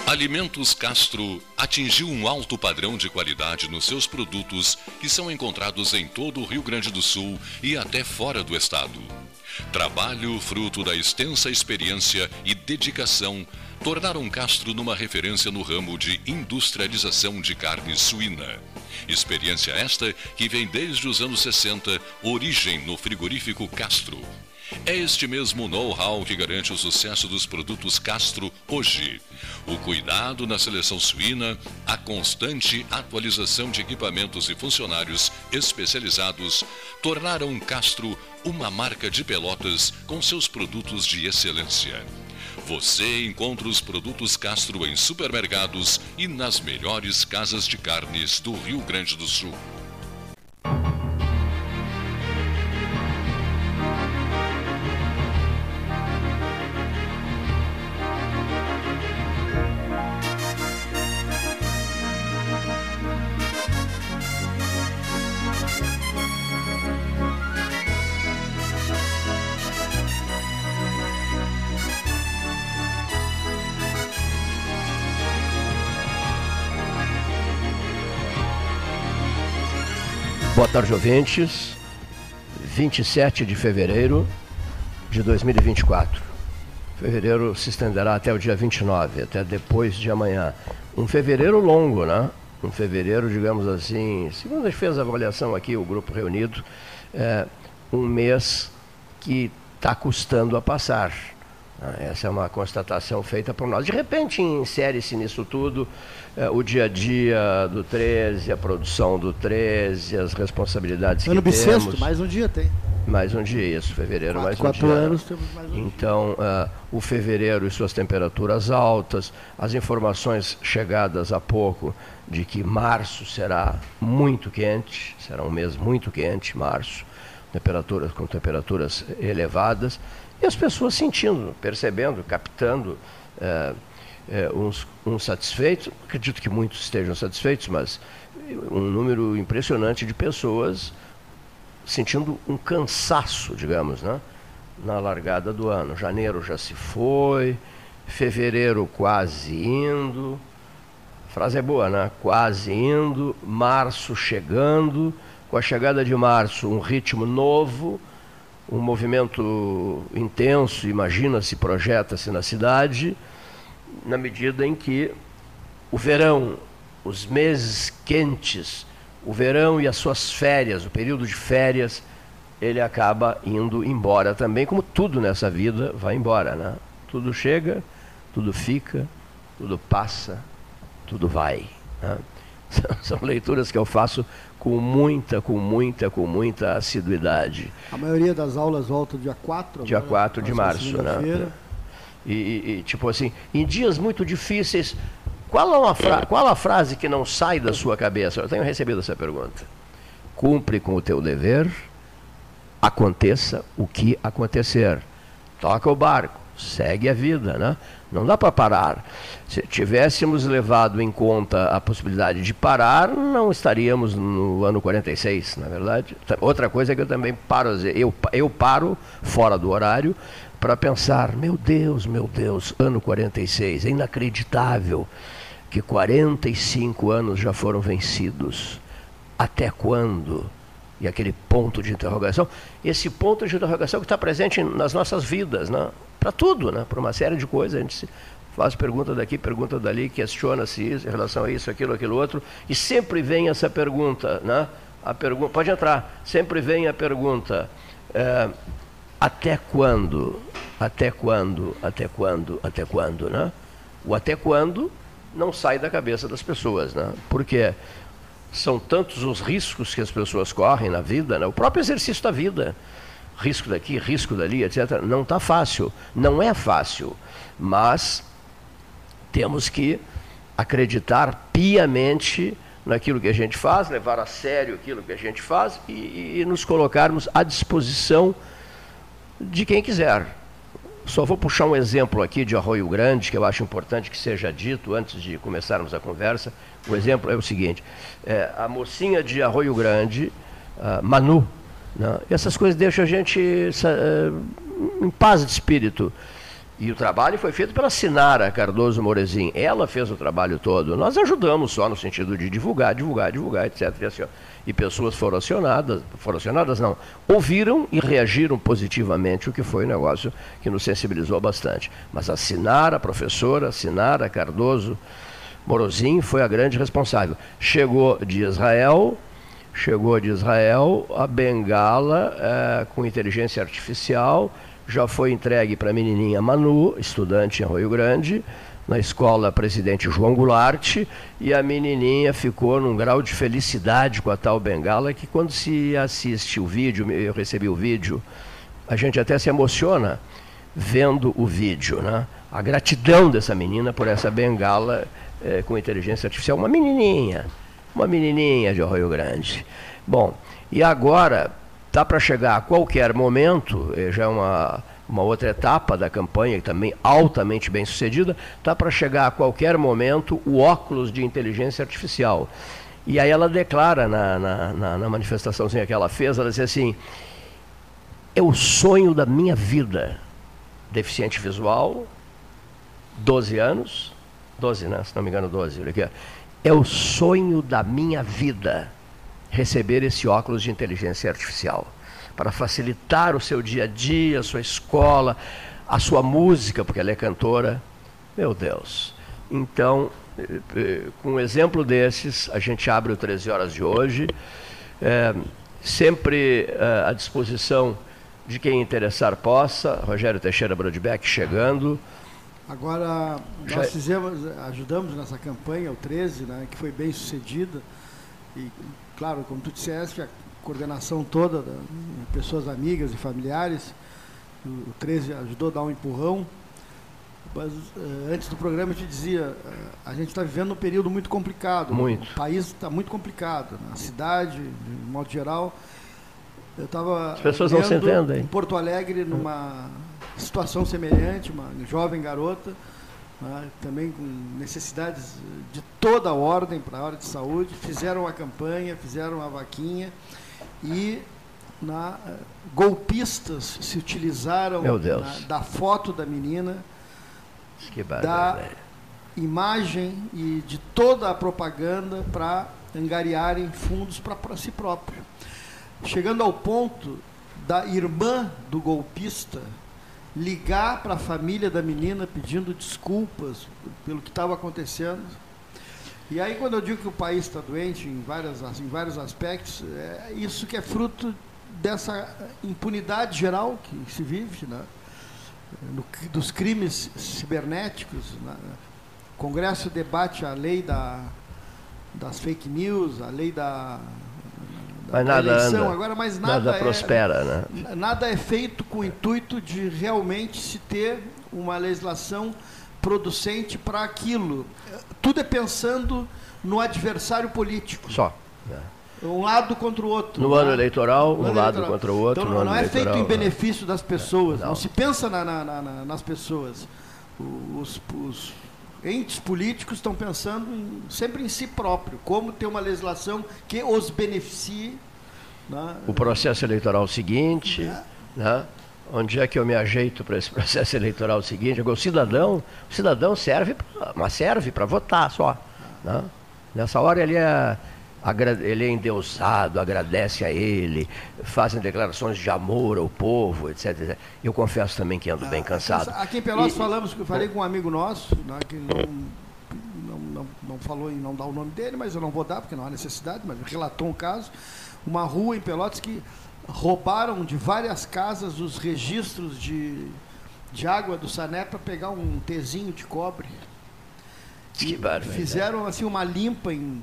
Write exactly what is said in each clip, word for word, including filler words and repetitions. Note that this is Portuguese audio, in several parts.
Alimentos Castro atingiu um alto padrão de qualidade nos seus produtos que são encontrados em todo o Rio Grande do Sul e até fora do estado. Trabalho fruto da extensa experiência e dedicação tornaram Castro numa referência no ramo de industrialização de carne suína. Experiência esta que vem desde os anos sessenta, origem no frigorífico Castro. É este mesmo know-how que garante o sucesso dos produtos Castro hoje. O cuidado na seleção suína, a constante atualização de equipamentos e funcionários especializados tornaram Castro uma marca de Pelotas com seus produtos de excelência. Você encontra os produtos Castro em supermercados e nas melhores casas de carnes do Rio Grande do Sul. Boa tarde, ouvintes. vinte e sete de fevereiro de dois mil e vinte e quatro. Fevereiro se estenderá até o dia vinte e nove, até depois de amanhã. Um fevereiro longo, né? Um fevereiro, digamos assim, segundo a gente fez a avaliação aqui, o grupo reunido, é um mês que está custando a passar. Essa é uma constatação feita por nós. De repente, insere-se nisso tudo eh, o dia a dia do treze, a produção do treze, as responsabilidades ano que bissexto, temos. mais um dia tem. Mais um dia, isso, fevereiro, quatro, mais um quatro dia. anos temos mais um então, uh, o fevereiro e suas temperaturas altas, as informações chegadas há pouco de que março será muito quente, será um mês muito quente, março, temperaturas com temperaturas elevadas. E as pessoas sentindo, percebendo, captando, é, é, uns, uns satisfeitos, acredito que muitos estejam satisfeitos, mas um número impressionante de pessoas sentindo um cansaço, digamos, né, na largada do ano. Janeiro já se foi, fevereiro quase indo, a frase é boa, né? Quase indo, março chegando, com a chegada de março um ritmo novo, um movimento intenso, imagina-se, projeta-se na cidade, na medida em que o verão, os meses quentes, o verão e as suas férias, o período de férias, ele acaba indo embora também, como tudo nessa vida vai embora, né? Tudo chega, tudo fica, tudo passa, tudo vai, né? São leituras que eu faço com muita, com muita, com muita assiduidade. A maioria das aulas volta dia quatro. Dia quatro de março, né? E, e, e, tipo assim, em dias muito difíceis, qual, é uma fra- qual a frase que não sai da sua cabeça? Eu tenho recebido essa pergunta. Cumpre com o teu dever, aconteça o que acontecer. Toca o barco, segue a vida, né? Não dá para parar. Se tivéssemos levado em conta a possibilidade de parar, não estaríamos no ano quarenta e seis, na verdade. Outra coisa é que eu também paro, eu, eu paro fora do horário para pensar, meu Deus, meu Deus, ano quarenta e seis, é inacreditável que quarenta e cinco anos já foram vencidos. Até quando? E aquele ponto de interrogação, esse ponto de interrogação que está presente nas nossas vidas, né? Para tudo, né? Para uma série de coisas, a gente se faz pergunta daqui, pergunta dali, questiona-se isso, em relação a isso, aquilo, aquilo outro, e sempre vem essa pergunta, né? A pergunta, pode entrar, sempre vem a pergunta, é, até quando? Até quando? Até quando? Até quando, né? O até quando não sai da cabeça das pessoas, né? Porque são tantos os riscos que as pessoas correm na vida, né? O próprio exercício da vida, risco daqui, risco dali, etcétera, não está fácil, não é fácil, mas temos que acreditar piamente naquilo que a gente faz, levar a sério aquilo que a gente faz e, e nos colocarmos à disposição de quem quiser. Só vou puxar um exemplo aqui de Arroio Grande, que eu acho importante que seja dito antes de começarmos a conversa. O exemplo é o seguinte, é, a mocinha de Arroio Grande, a Manu, né? Essas coisas deixam a gente uh, em paz de espírito. E o trabalho foi feito pela Sinara Cardoso Morezin. Ela fez o trabalho todo. Nós ajudamos só no sentido de divulgar, divulgar, divulgar, etcétera. E, assim, ó, e pessoas foram acionadas, foram acionadas não, ouviram e reagiram positivamente, o que foi um negócio que nos sensibilizou bastante. Mas a Sinara, a professora Sinara Cardoso Morezin, foi a grande responsável. Chegou de Israel, chegou de Israel a bengala é, com inteligência artificial. Já foi entregue para a menininha Manu, estudante em Arroio Grande, na escola Presidente João Goulart, e a menininha ficou num grau de felicidade com a tal bengala que quando se assiste o vídeo, eu recebi o vídeo, a gente até se emociona vendo o vídeo, né? A gratidão dessa menina por essa bengala é, com inteligência artificial, uma menininha, uma menininha de Arroio Grande. Bom, e agora... Está para chegar a qualquer momento, já é uma, uma outra etapa da campanha, também altamente bem sucedida, está para chegar a qualquer momento o óculos de inteligência artificial. E aí ela declara na, na, na, na manifestaçãozinha que ela fez, ela diz assim, é o sonho da minha vida, deficiente visual, doze anos, doze, né? Se não me engano, doze, olha aqui, é o sonho da minha vida, receber esse óculos de inteligência artificial, para facilitar o seu dia a dia, a sua escola, a sua música, porque ela é cantora. Meu Deus. Então, com um exemplo desses, a gente abre o treze horas de hoje, é, sempre é, à disposição de quem interessar possa. Rogério Teixeira Brodbeck chegando. Agora, nós Já... fizemos, ajudamos nessa campanha, o treze, né, que foi bem sucedida, e claro, como tu disseste, a coordenação toda, da, pessoas amigas e familiares, o treze ajudou a dar um empurrão, mas uh, antes do programa eu te dizia, uh, a gente está vivendo um período muito complicado, muito. O país está muito complicado, né? A cidade, de modo geral, eu estava As pessoas não se entendem. Em Porto Alegre, numa situação semelhante, uma jovem garota, né, também com necessidades de toda a ordem para a área de saúde, fizeram a campanha, fizeram a vaquinha e na, golpistas se utilizaram na, da foto da menina, que da imagem e de toda a propaganda para angariarem fundos para si próprio. Chegando ao ponto da irmã do golpista ligar para a família da menina pedindo desculpas pelo que estava acontecendo. E aí, quando eu digo que o país está doente em, várias, em vários aspectos, é isso que é fruto dessa impunidade geral que se vive, né? No, dos crimes cibernéticos. Né? O Congresso debate a lei da, das fake news, a lei da... Mas nada eleição. anda, Agora, mas nada, nada é, prospera, né? Nada é feito com o intuito de realmente se ter uma legislação producente para aquilo. Tudo é pensando no adversário político. Só. É. Um lado contra o outro. No ano eleitoral, no um ano lado eleitoral. contra o outro. Então, no não ano é feito em benefício das pessoas. Não, não se pensa na, na, na, nas pessoas. Os, os entes políticos estão pensando em, sempre em si próprio, como ter uma legislação que os beneficie. Né? O processo eleitoral seguinte, é. Né? Onde é que eu me ajeito para esse processo eleitoral seguinte? O cidadão, o cidadão serve, mas serve para votar só. Né? Nessa hora ele é, ele é endeusado, agradece a ele, fazem declarações de amor ao povo, etcétera. Eu confesso também que ando bem cansado. Aqui em Pelotas e, falamos, eu falei com um amigo nosso, né, que não, não, não, não falou em não dar o nome dele, mas eu não vou dar porque não há necessidade, mas relatou um caso, uma rua em Pelotas que roubaram de várias casas os registros de, de água do Sané para pegar um tezinho de cobre. Que barulho, fizeram assim uma limpa em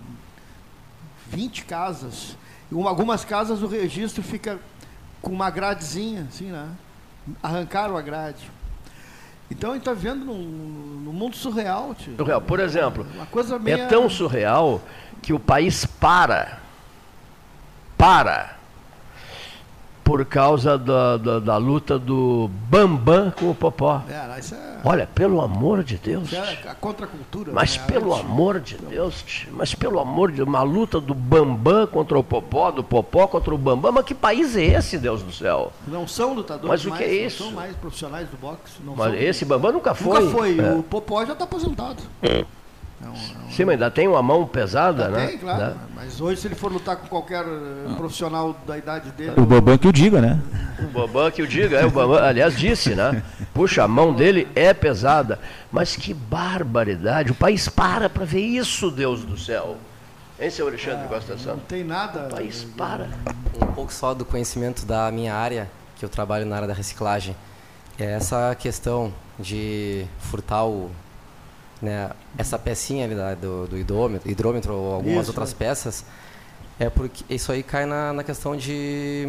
vinte casas. Em algumas casas o registro fica com uma gradezinha, assim, né? Arrancaram a grade. Então a gente está vendo num, num mundo surreal, tio. Surreal. Por exemplo, uma coisa meia... é tão surreal que o país para. Para. por causa da, da, da luta do Bambam com o Popó. É, isso é... Olha, pelo amor de Deus. Isso é a contracultura. Mas né? pelo arte. amor de Deus, mas pelo amor de Deus, uma luta do Bambam contra o Popó, do Popó contra o Bambam. Mas que país é esse, Deus do céu? Não são lutadores Mas o mais, que é isso? Não são mais profissionais do boxe. Não Mas são... esse Bambam nunca foi. Nunca foi. É. O Popó já está aposentado. É um, é um... Sim, mas ainda tem uma mão pesada, Já né? tem, claro. Né? Mas hoje, se ele for lutar com qualquer uh, profissional da idade dele... O Bambam que o diga, né? O Bambam que o diga, é, o Bambam, aliás, disse, né? Puxa, a mão dele é pesada. Mas que barbaridade. O país para para ver isso, Deus do céu. Hein, seu Alexandre é, Costa Não Santos? tem nada... O país para. Um pouco só do conhecimento da minha área, que eu trabalho na área da reciclagem. É essa questão de furtar o... Né, essa pecinha ali da, do, do hidrômetro, hidrômetro ou algumas Isso, outras é. peças, é porque isso aí cai na, na questão de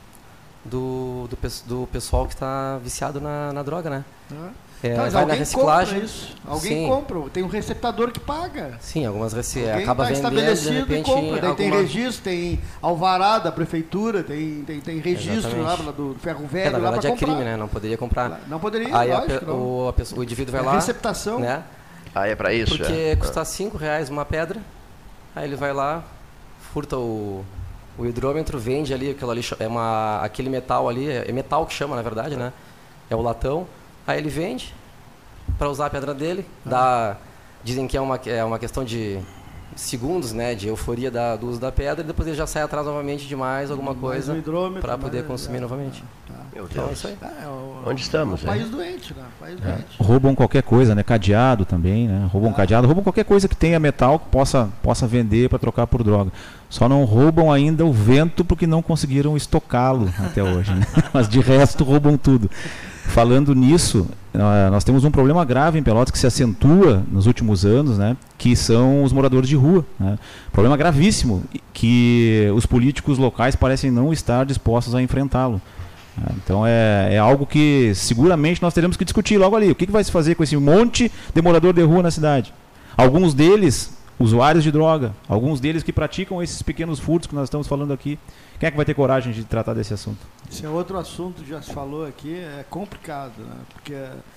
do, do, do pessoal que está viciado na, na droga, né? É. É, Mas vai na alguém reciclagem. compra isso. Alguém Sim. compra. Tem um receptador que paga. Sim, algumas rece... Alguém acaba tá vendendo de estabelecido repente e compra. Daí tem alguma... registro, tem alvará da prefeitura, tem, tem, tem registro lá Exatamente. do ferro É, velho na lá verdade para é comprar. crime, né? Não poderia comprar. Não poderia, Aí a lógico, pe- não. o, a pessoa, o indivíduo vai É lá, receptação. né? Ah, é para isso? Porque é. custa cinco reais uma pedra, aí ele vai lá, furta o, o hidrômetro, vende ali, aquilo ali é uma, aquele metal ali, é metal que chama na verdade, né? É o latão, aí ele vende para usar a pedra dele, dá, dizem que é uma, é uma questão de segundos, né, de euforia da, do uso da pedra, e depois ele já sai atrás novamente de mais alguma Mais coisa um hidrômetro, para poder mais- consumir é, novamente. Meu Então é Deus. isso aí. É, é o, Onde estamos, é um país hein? doente, né? País doente. Roubam qualquer coisa, né? Cadeado também, né? Roubam Ah. cadeado, roubam qualquer coisa que tenha metal que possa, possa vender para trocar por droga. Só não roubam ainda o vento porque não conseguiram estocá-lo até hoje, né? Mas de resto roubam tudo. Falando nisso, uh, nós temos um problema grave em Pelotas que se acentua nos últimos anos, né? Que são os moradores de rua, né? Problema gravíssimo que os políticos locais parecem não estar dispostos a enfrentá-lo. Então é, é algo que seguramente nós teremos que discutir logo ali. O que, que vai se fazer com esse monte de morador de rua na cidade? Alguns deles usuários de droga, alguns deles que praticam esses pequenos furtos que nós estamos falando aqui. Quem é que vai ter coragem de tratar desse assunto? Esse é outro assunto que já se falou aqui, é complicado, né? Porque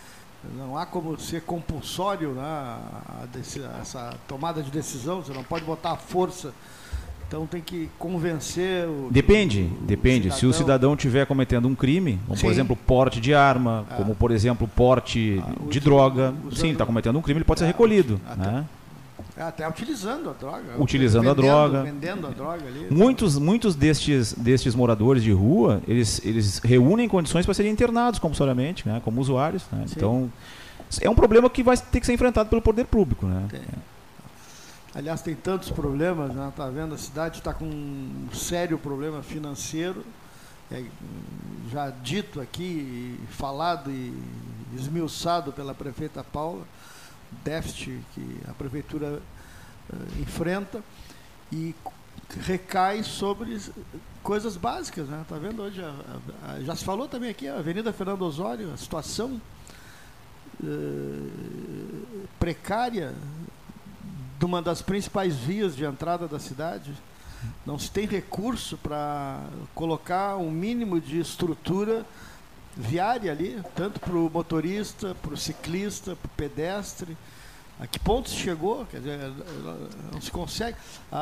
não há como ser compulsório, né? a deci- essa tomada de decisão, você não pode botar a força. Então tem que convencer o. Depende, o, o depende. Se o cidadão estiver cometendo um crime, como Sim. por exemplo porte de arma, Ah. como por exemplo porte Ah, de usa- droga, usando- sim, está cometendo um crime, ele pode ser Ah, recolhido. até- Né? Até utilizando a droga. Utilizando a vendendo, droga. Vendendo a droga ali. Muitos, muitos destes, destes moradores de rua, eles, eles reúnem condições para serem internados compulsoriamente, né, como usuários. Né? Sim. Então, é um problema que vai ter que ser enfrentado pelo poder público. Né? Tem. Aliás, tem tantos problemas, né? Tá vendo? A cidade está com um sério problema financeiro, é, já dito aqui, falado e esmiuçado pela prefeita Paula, déficit que a prefeitura uh, enfrenta e recai sobre coisas básicas, né? Tá vendo hoje? A, a, a, já se falou também aqui, a Avenida Fernando Osório, a situação uh, precária de uma das principais vias de entrada da cidade. Não se tem recurso para colocar um mínimo de estrutura viária ali, tanto para o motorista, para o ciclista, para o pedestre. A que ponto se chegou? Quer dizer, não se consegue.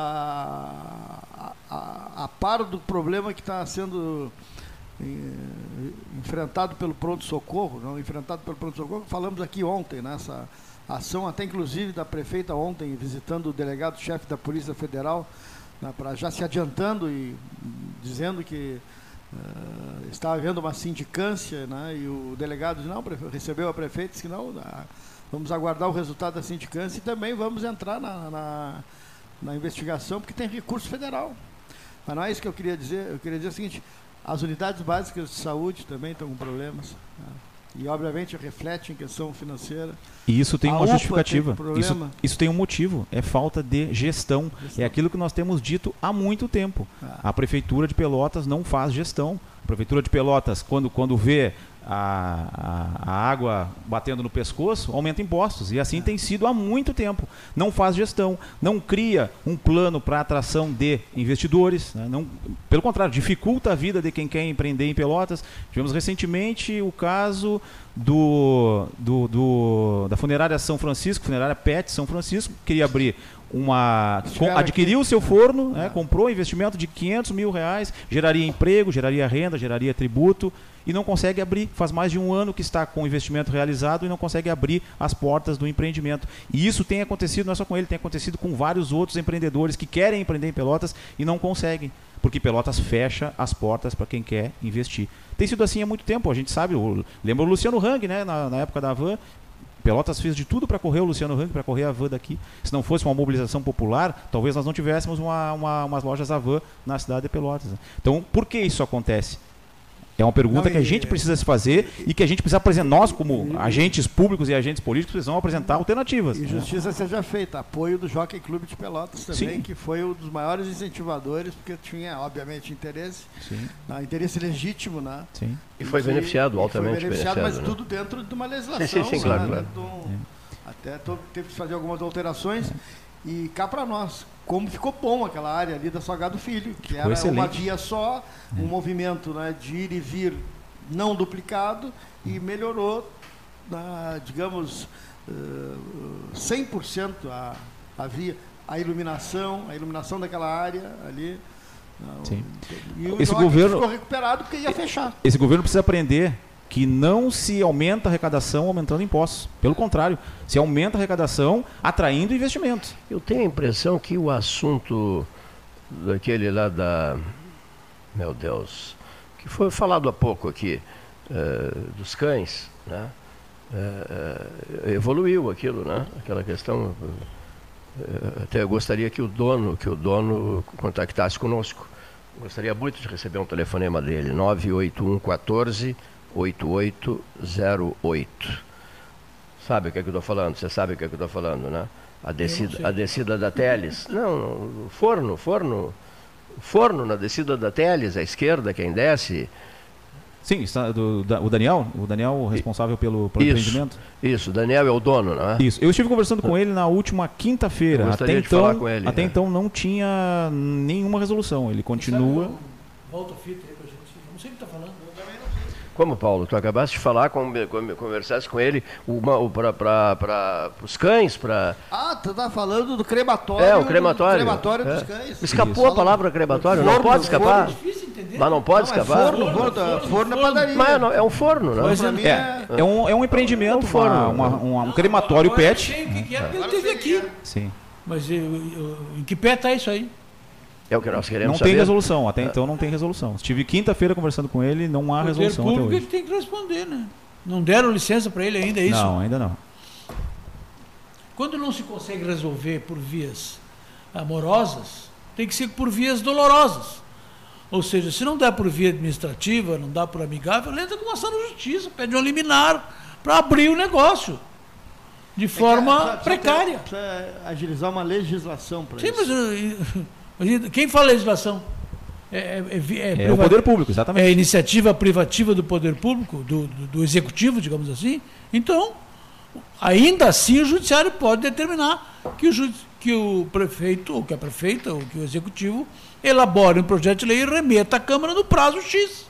A, a, a, a par do problema que está sendo eh, enfrentado pelo pronto-socorro, não enfrentado pelo pronto-socorro, falamos aqui ontem, nessa ação, até inclusive da prefeita ontem, visitando o delegado-chefe da Polícia Federal, né, para já se adiantando e dizendo que uh, estava havendo uma sindicância, né, e o delegado disse, não, recebeu a prefeita, disse que não, na, vamos aguardar o resultado da sindicância e também vamos entrar na, na, na investigação, porque tem recurso federal. Mas não é isso que eu queria dizer, eu queria dizer o seguinte, as unidades básicas de saúde também estão com problemas, né, e obviamente reflete em questão financeira. E isso tem A uma U P A justificativa. tem Isso, problema. isso tem um motivo. É falta de gestão. Gestão. É aquilo que nós temos dito há muito tempo. Ah. A Prefeitura de Pelotas não faz gestão. A Prefeitura de Pelotas, quando, quando vê a, a, a água batendo no pescoço, aumenta impostos. E assim tem sido há muito tempo. Não faz gestão, não cria um plano para atração de investidores, né? Não, pelo contrário, dificulta a vida de quem quer empreender em Pelotas. Tivemos recentemente o caso do, do, do, da funerária São Francisco, funerária Pet São Francisco, queria abrir uma, com, adquiriu o seu forno, né, comprou um investimento de quinhentos mil reais, geraria emprego, geraria renda, geraria tributo, e não consegue abrir. Faz mais de um ano que está com o investimento realizado e não consegue abrir as portas do empreendimento. E isso tem acontecido, não é só com ele, tem acontecido com vários outros empreendedores que querem empreender em Pelotas e não conseguem, porque Pelotas fecha as portas para quem quer investir. Tem sido assim há muito tempo, a gente sabe, o, lembra o Luciano Hang, né, na, na época da Van. Pelotas fez de tudo para correr o Luciano Hang, para correr a Van daqui. Se não fosse uma mobilização popular, talvez nós não tivéssemos uma, uma, umas lojas a Van na cidade de Pelotas. Então, por que isso acontece? É uma pergunta não, que a gente precisa se fazer e que a gente precisa apresentar, nós como e, agentes públicos e agentes políticos precisamos apresentar alternativas. E justiça né? seja feita, apoio do Jockey Clube de Pelotas também, Sim. que foi um dos maiores incentivadores, porque tinha, obviamente, interesse, né? interesse legítimo, né? Sim. E foi beneficiado, altamente foi beneficiado, beneficiado. Mas né? tudo dentro de uma legislação. Sim, sim, sim, claro, né? claro. Um, até tô, teve que fazer algumas alterações. E cá para nós, como ficou bom aquela área ali da Salgado Filho, que era excelente. Uma via só, um é. movimento né, de ir e vir não duplicado, e melhorou, na, digamos, uh, cem por cento a, a via, a iluminação, a iluminação daquela área ali. Sim. E o esse governo ficou recuperado porque ia fechar. Esse governo precisa aprender que não se aumenta a arrecadação aumentando impostos. Pelo contrário, se aumenta a arrecadação atraindo investimentos. Eu tenho a impressão que o assunto daquele lá da... Meu Deus... que foi falado há pouco aqui, uh, dos cães, né? uh, uh, evoluiu aquilo, né? Aquela questão... Uh, até eu gostaria que o dono, que o dono contactasse conosco. Gostaria muito de receber um telefonema dele, nove oito um um quatro, oito oito zero oito. Sabe o que é que eu estou falando? Você sabe o que é que eu estou falando, né? A descida, a descida da Teles. Não, forno, forno, forno na descida da Teles, à esquerda, quem desce. Sim, está do, da, o Daniel, o Daniel responsável pelo, pelo isso, empreendimento. Isso, o Daniel é o dono, não é? Isso, eu estive conversando com ele na última quinta-feira. Até então, falar com ele, até né? então não tinha nenhuma resolução. Ele continua. Sabe, volta a fita aí pra gente. Eu não sei o que está falando. Eu também não sei. Como, Paulo? Tu acabaste de falar, com, com, conversasse com ele para os cães, para... Ah, tu tá falando do crematório. É, o crematório. Do crematório é. dos cães. Escapou Isso. a palavra crematório, forno, não pode escapar. Forno. É difícil entender. Mas não pode não, escapar. É forno, forno, forno, forno, forno é padaria. Mas não, é um forno, não? É, é, é, um, é um empreendimento, é um, forno, uma, uma, uma, um crematório não, pet. Eu sei o que é, porque eu teve aqui. Sim. Mas eu, eu, em que pé está isso aí? É o que nós queremos Não saber. tem resolução, até então não tem resolução. Estive quinta-feira conversando com ele, não há o resolução até hoje. Ele tem que responder, né? Não deram licença para ele ainda, é isso? Não, ainda não. Quando não se consegue resolver por vias amorosas, tem que ser por vias dolorosas. Ou seja, se não dá por via administrativa, não dá por amigável, entra com uma ação na justiça, pede um liminar para abrir o negócio de forma é que, precária. Precisa agilizar uma legislação para isso. Sim, mas quem fala legislação? É, é, é, é o poder público, exatamente. É a iniciativa privativa do poder público, do, do, do executivo, digamos assim. Então, ainda assim o judiciário pode determinar que o, que o prefeito, ou que a prefeita, ou que o executivo elabore um projeto de lei e remeta à Câmara no prazo X.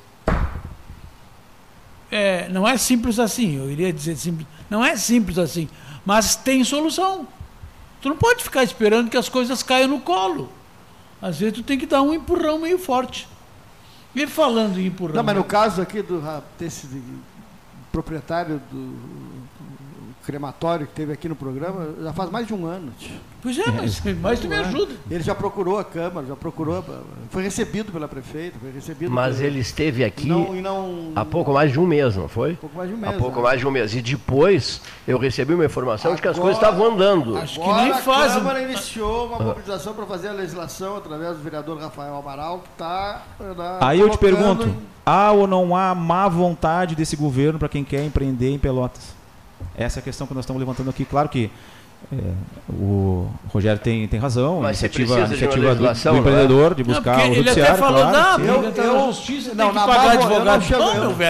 É, não é simples assim, eu iria dizer simples. Não é simples assim, mas tem solução. Tu não pode ficar esperando que as coisas caiam no colo. Às vezes tu tem que dar um empurrão meio forte. E falando em empurrão... Não, mas no caso aqui do, desse proprietário do crematório que teve aqui no programa, já faz mais de um ano. Tio. Pois é, mas, mas tu me ajuda. Ele já procurou a Câmara, já procurou, foi recebido pela prefeita, foi recebido... Mas pela... ele esteve aqui não, não... há pouco mais de um mês, não foi? Pouco mais de um mês. Há pouco né? mais de um mês. E depois eu recebi uma informação agora, de que as coisas estavam andando. Acho que nem faz. A Câmara iniciou uma mobilização para fazer a legislação através do vereador Rafael Amaral, que está... Aí eu te pergunto, em... há ou não há má vontade desse governo para quem quer empreender em Pelotas? Essa é a questão que nós estamos levantando aqui. Claro que é, o Rogério tem, tem razão, a iniciativa, a iniciativa do, do empreendedor de buscar não, o judiciário. Ele até falou, claro, não, eu, eu, eu, justiça não, tem que pagar Bavo, advogado. Não, não, meu velho.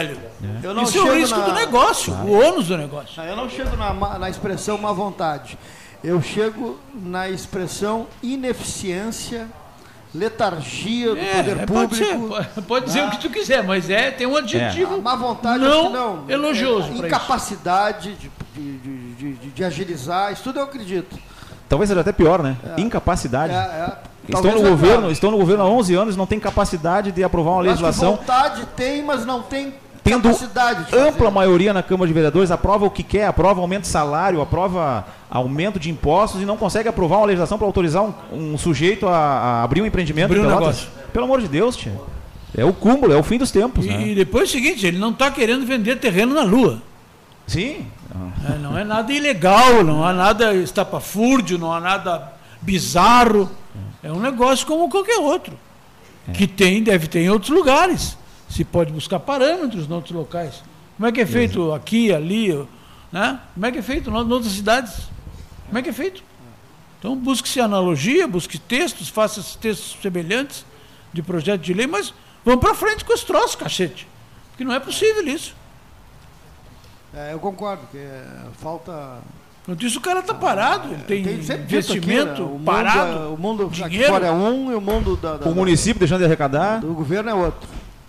É. Eu não Isso é o risco na... do negócio, ah, o ônus do negócio. Eu não chego na, na expressão má vontade. Eu chego na expressão ineficiência, letargia do é, poder pode público. Ser, pode dizer ah. o que tu quiser, mas é, tem um adjetivo é. má vontade, não, não elogioso. É, incapacidade de, de, de, de, de agilizar, isso tudo eu acredito. Talvez seja até pior, né? É. Incapacidade. É, é. Estão no, governo, estão no governo há onze anos, não tem capacidade de aprovar uma legislação. Vontade tem, mas não tem tendo capacidade de ampla maioria na Câmara de Vereadores, aprova o que quer, aprova aumento de salário, aprova aumento de impostos e não consegue aprovar uma legislação para autorizar um, um sujeito a, a abrir um empreendimento. Abrir um negócio. Pelo amor de Deus, tia. É o cúmulo, é o fim dos tempos. E, né? e depois é o seguinte, ele não está querendo vender terreno na Lua. Sim. É, não é nada ilegal, não há nada estapafúrdio, não há nada bizarro. É um negócio como qualquer outro. É. Que tem, deve ter em outros lugares. Se pode buscar parâmetros em outros locais. Como é que é feito Exato. aqui, ali, né? Como é que é feito em outras cidades? Como é que é feito? Então busque-se analogia, busque textos, faça textos semelhantes de projeto de lei, mas vamos para frente com os troços, cacete. Porque não é possível isso. É, eu concordo, que é, falta... Enquanto isso o cara está parado, ele tem, tem investimento aqui, né? o parado, mundo, o mundo dinheiro. Aqui fora é um e o mundo da, da, o município deixando de arrecadar. Do governo é outro.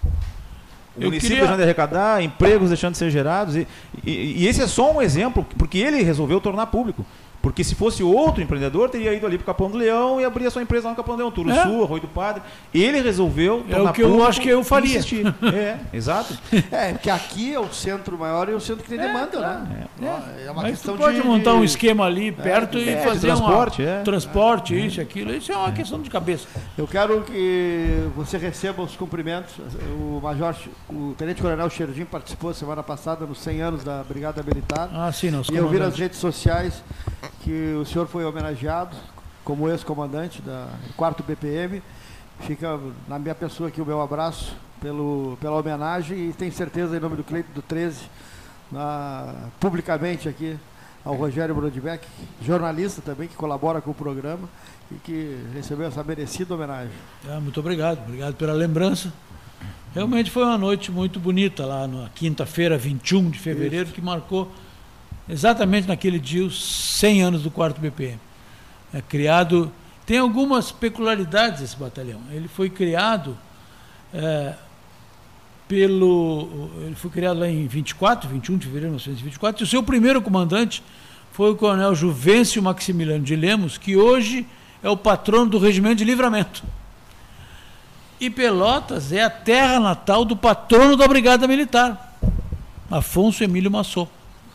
O eu município queria... deixando de arrecadar, empregos deixando de ser gerados. E, e, e esse é só um exemplo, porque ele resolveu tornar público. Porque se fosse outro empreendedor, teria ido ali para o Capão do Leão e abrir a sua empresa lá no Capão do Leão, Turuçu, é. Arroio do Padre. Ele resolveu tornar público. É o que eu acho que eu faria. É, exato. É, que aqui é o centro maior e o centro que tem é, demanda, claro. né? É, é uma Mas questão tu pode de... montar um esquema ali perto é, e é, fazer transporte, uma... é. transporte, isso, aquilo. Isso é uma questão de cabeça. Eu quero que você receba os cumprimentos. O Major, o Tenente Coronel Xerdim participou semana passada nos cem anos da Brigada Militar. Ah, sim, não. E eu vi nas redes sociais que o senhor foi homenageado como ex-comandante da quarto B P M. Fica na minha pessoa aqui o meu abraço pelo, pela homenagem e tenho certeza, em nome do Cleito do treze, na, publicamente aqui ao Rogério Brodbeck, jornalista também, que colabora com o programa e que recebeu essa merecida homenagem. Ah, muito obrigado, obrigado pela lembrança. Realmente foi uma noite muito bonita lá na quinta-feira, vinte e um de fevereiro, Isso. que marcou exatamente naquele dia os cem anos do quarto B P M. É criado, tem algumas peculiaridades esse batalhão. Ele foi criado é, pelo, ele foi criado lá em vinte e quatro, vinte e um de fevereiro de mil novecentos e vinte e quatro, e o seu primeiro comandante foi o coronel Juvencio Maximiliano de Lemos, que hoje é o patrono do Regimento de Livramento. E Pelotas é a terra natal do patrono da Brigada Militar, Afonso Emílio Massot,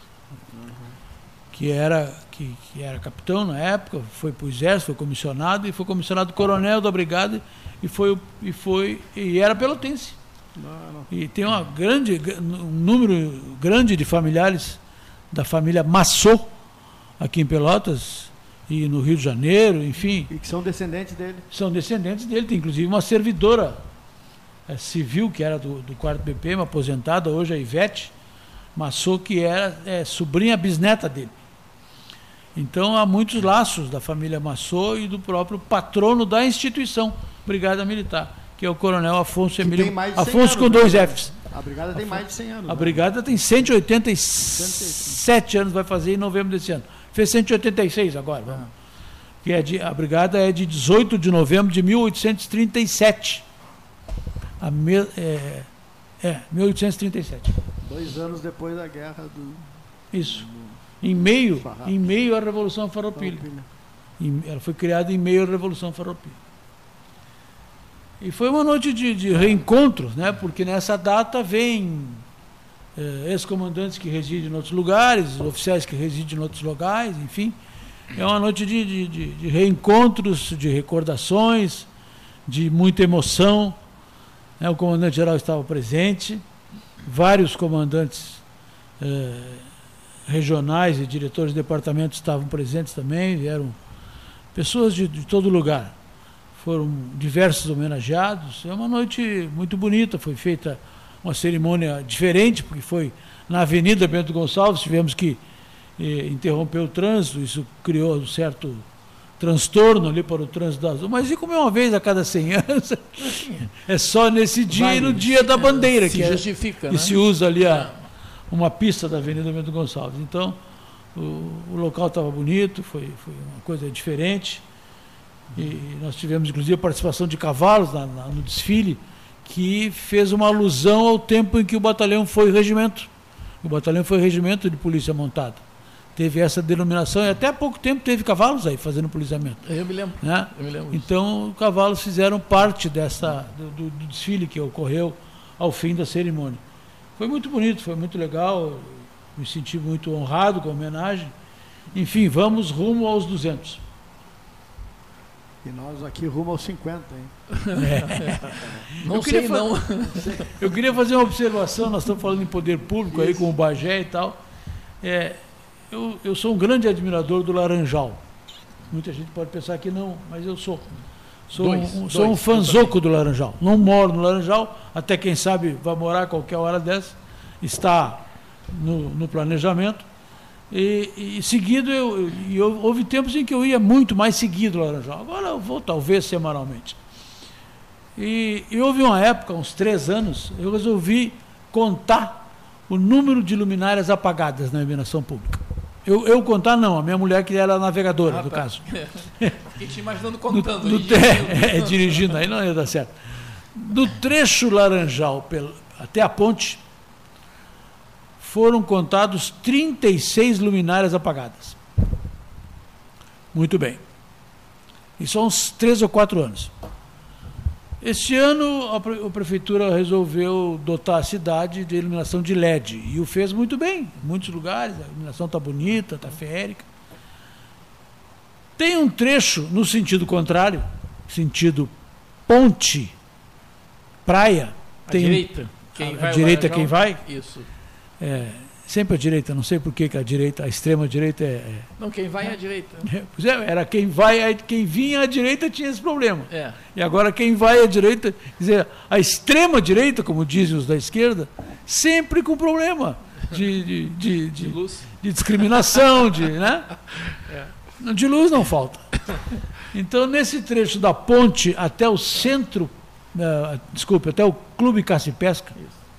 que era, que, que era capitão na época, foi para o Exército, foi comissionado, e foi comissionado coronel da Brigada, e, foi, e, foi, e era pelotense. Não, não. E tem uma grande, um número grande de familiares da família Massot, aqui em Pelotas, e no Rio de Janeiro, enfim. E que são descendentes dele. São descendentes dele, tem inclusive uma servidora é, civil, que era do, do quarto B P M, aposentada, hoje a Ivete Massot, que era é, sobrinha bisneta dele. Então há muitos laços da família Massot e do próprio patrono da instituição Brigada Militar, que é o coronel Afonso Emílio. Afonso anos, com dois né? Fs. A Brigada tem mais de cem anos. A né? Brigada tem cento e oitenta e sete anos, vai fazer em novembro desse ano. Fez cento e oitenta e seis agora. Vamos. Ah. Que é de, a Brigada é de dezoito de novembro de mil oitocentos e trinta e sete. A me, é, é, mil oitocentos e trinta e sete. Dois anos depois da guerra do... Isso. Em meio, em meio à Revolução Farroupilha. Ela foi criada em meio à Revolução Farroupilha. E foi uma noite de, de reencontros, né? Porque nessa data vem eh, ex-comandantes que residem em outros lugares, oficiais que residem em outros lugares, enfim. É uma noite de, de, de, de reencontros, de recordações, de muita emoção. Né? O comandante-geral estava presente, vários comandantes eh, regionais e diretores de departamento estavam presentes também, vieram pessoas de, de todo lugar. Foram diversos homenageados. É uma noite muito bonita, foi feita uma cerimônia diferente, porque foi na Avenida Bento Gonçalves, tivemos que eh, interromper o trânsito, isso criou um certo transtorno ali para o trânsito da Azul, mas e como é uma vez a cada cem anos, é só nesse dia vale, e no dia da bandeira, se que justifica, é, né? e se usa ali a, uma pista da Avenida Bento Gonçalves. Então, o, o local estava bonito, foi, foi uma coisa diferente, e nós tivemos, inclusive, a participação de cavalos na, na, no desfile, que fez uma alusão ao tempo em que o batalhão foi regimento. O batalhão foi regimento de polícia montada. Teve essa denominação e até há pouco tempo teve cavalos aí fazendo policiamento. Eu me lembro. Né? Eu me lembro então, os cavalos fizeram parte dessa, do, do, do desfile que ocorreu ao fim da cerimônia. Foi muito bonito, foi muito legal, me senti muito honrado com a homenagem. Enfim, vamos rumo aos duzentos. E nós aqui rumo aos cinquenta, hein? É. Não eu sei, fa... não. Eu queria fazer uma observação, nós estamos falando em poder público aí com o Bagé e tal. É, eu, eu sou um grande admirador do Laranjal. Muita gente pode pensar que não, mas eu sou. Sou dois, um, dois, sou um fanzoco do Laranjal. Não moro no Laranjal, até quem sabe vai morar a qualquer hora dessa. Está no, no planejamento. E, e seguido, eu, eu, houve tempos em que eu ia muito mais seguido ao Laranjal. Agora eu vou talvez semanalmente. E, e houve uma época, uns três anos, eu resolvi contar o número de luminárias apagadas na iluminação pública. Eu, eu contar não, a minha mulher que era navegadora, ah, no tá. caso. Fiquei te imaginando contando. No, no dirigindo. É, dirigindo, aí não ia dar certo. Do trecho Laranjal pelo, até a ponte, foram contados trinta e seis luminárias apagadas. Muito bem. Isso há uns três ou quatro anos. Este ano, a, pre a Prefeitura resolveu dotar a cidade de iluminação de L E D. E o fez muito bem. Em muitos lugares, a iluminação está bonita, está feérica. Tem um trecho no sentido contrário, sentido ponte, praia. A tem direita. Um, quem a, vai a direita Laranjal, quem vai? Isso. É, sempre a direita, não sei por que a direita, a extrema direita é, é... Não, quem vai é a direita. É, pois é, era quem vai, quem vinha à direita tinha esse problema. É. E agora quem vai à direita, quer dizer, a extrema direita, como dizem os da esquerda, sempre com problema de, de, de, de, De luz. de discriminação, de, né? É. De luz não falta. Então, nesse trecho da ponte até o centro, uh, desculpe, até o Clube Caça e Pesca,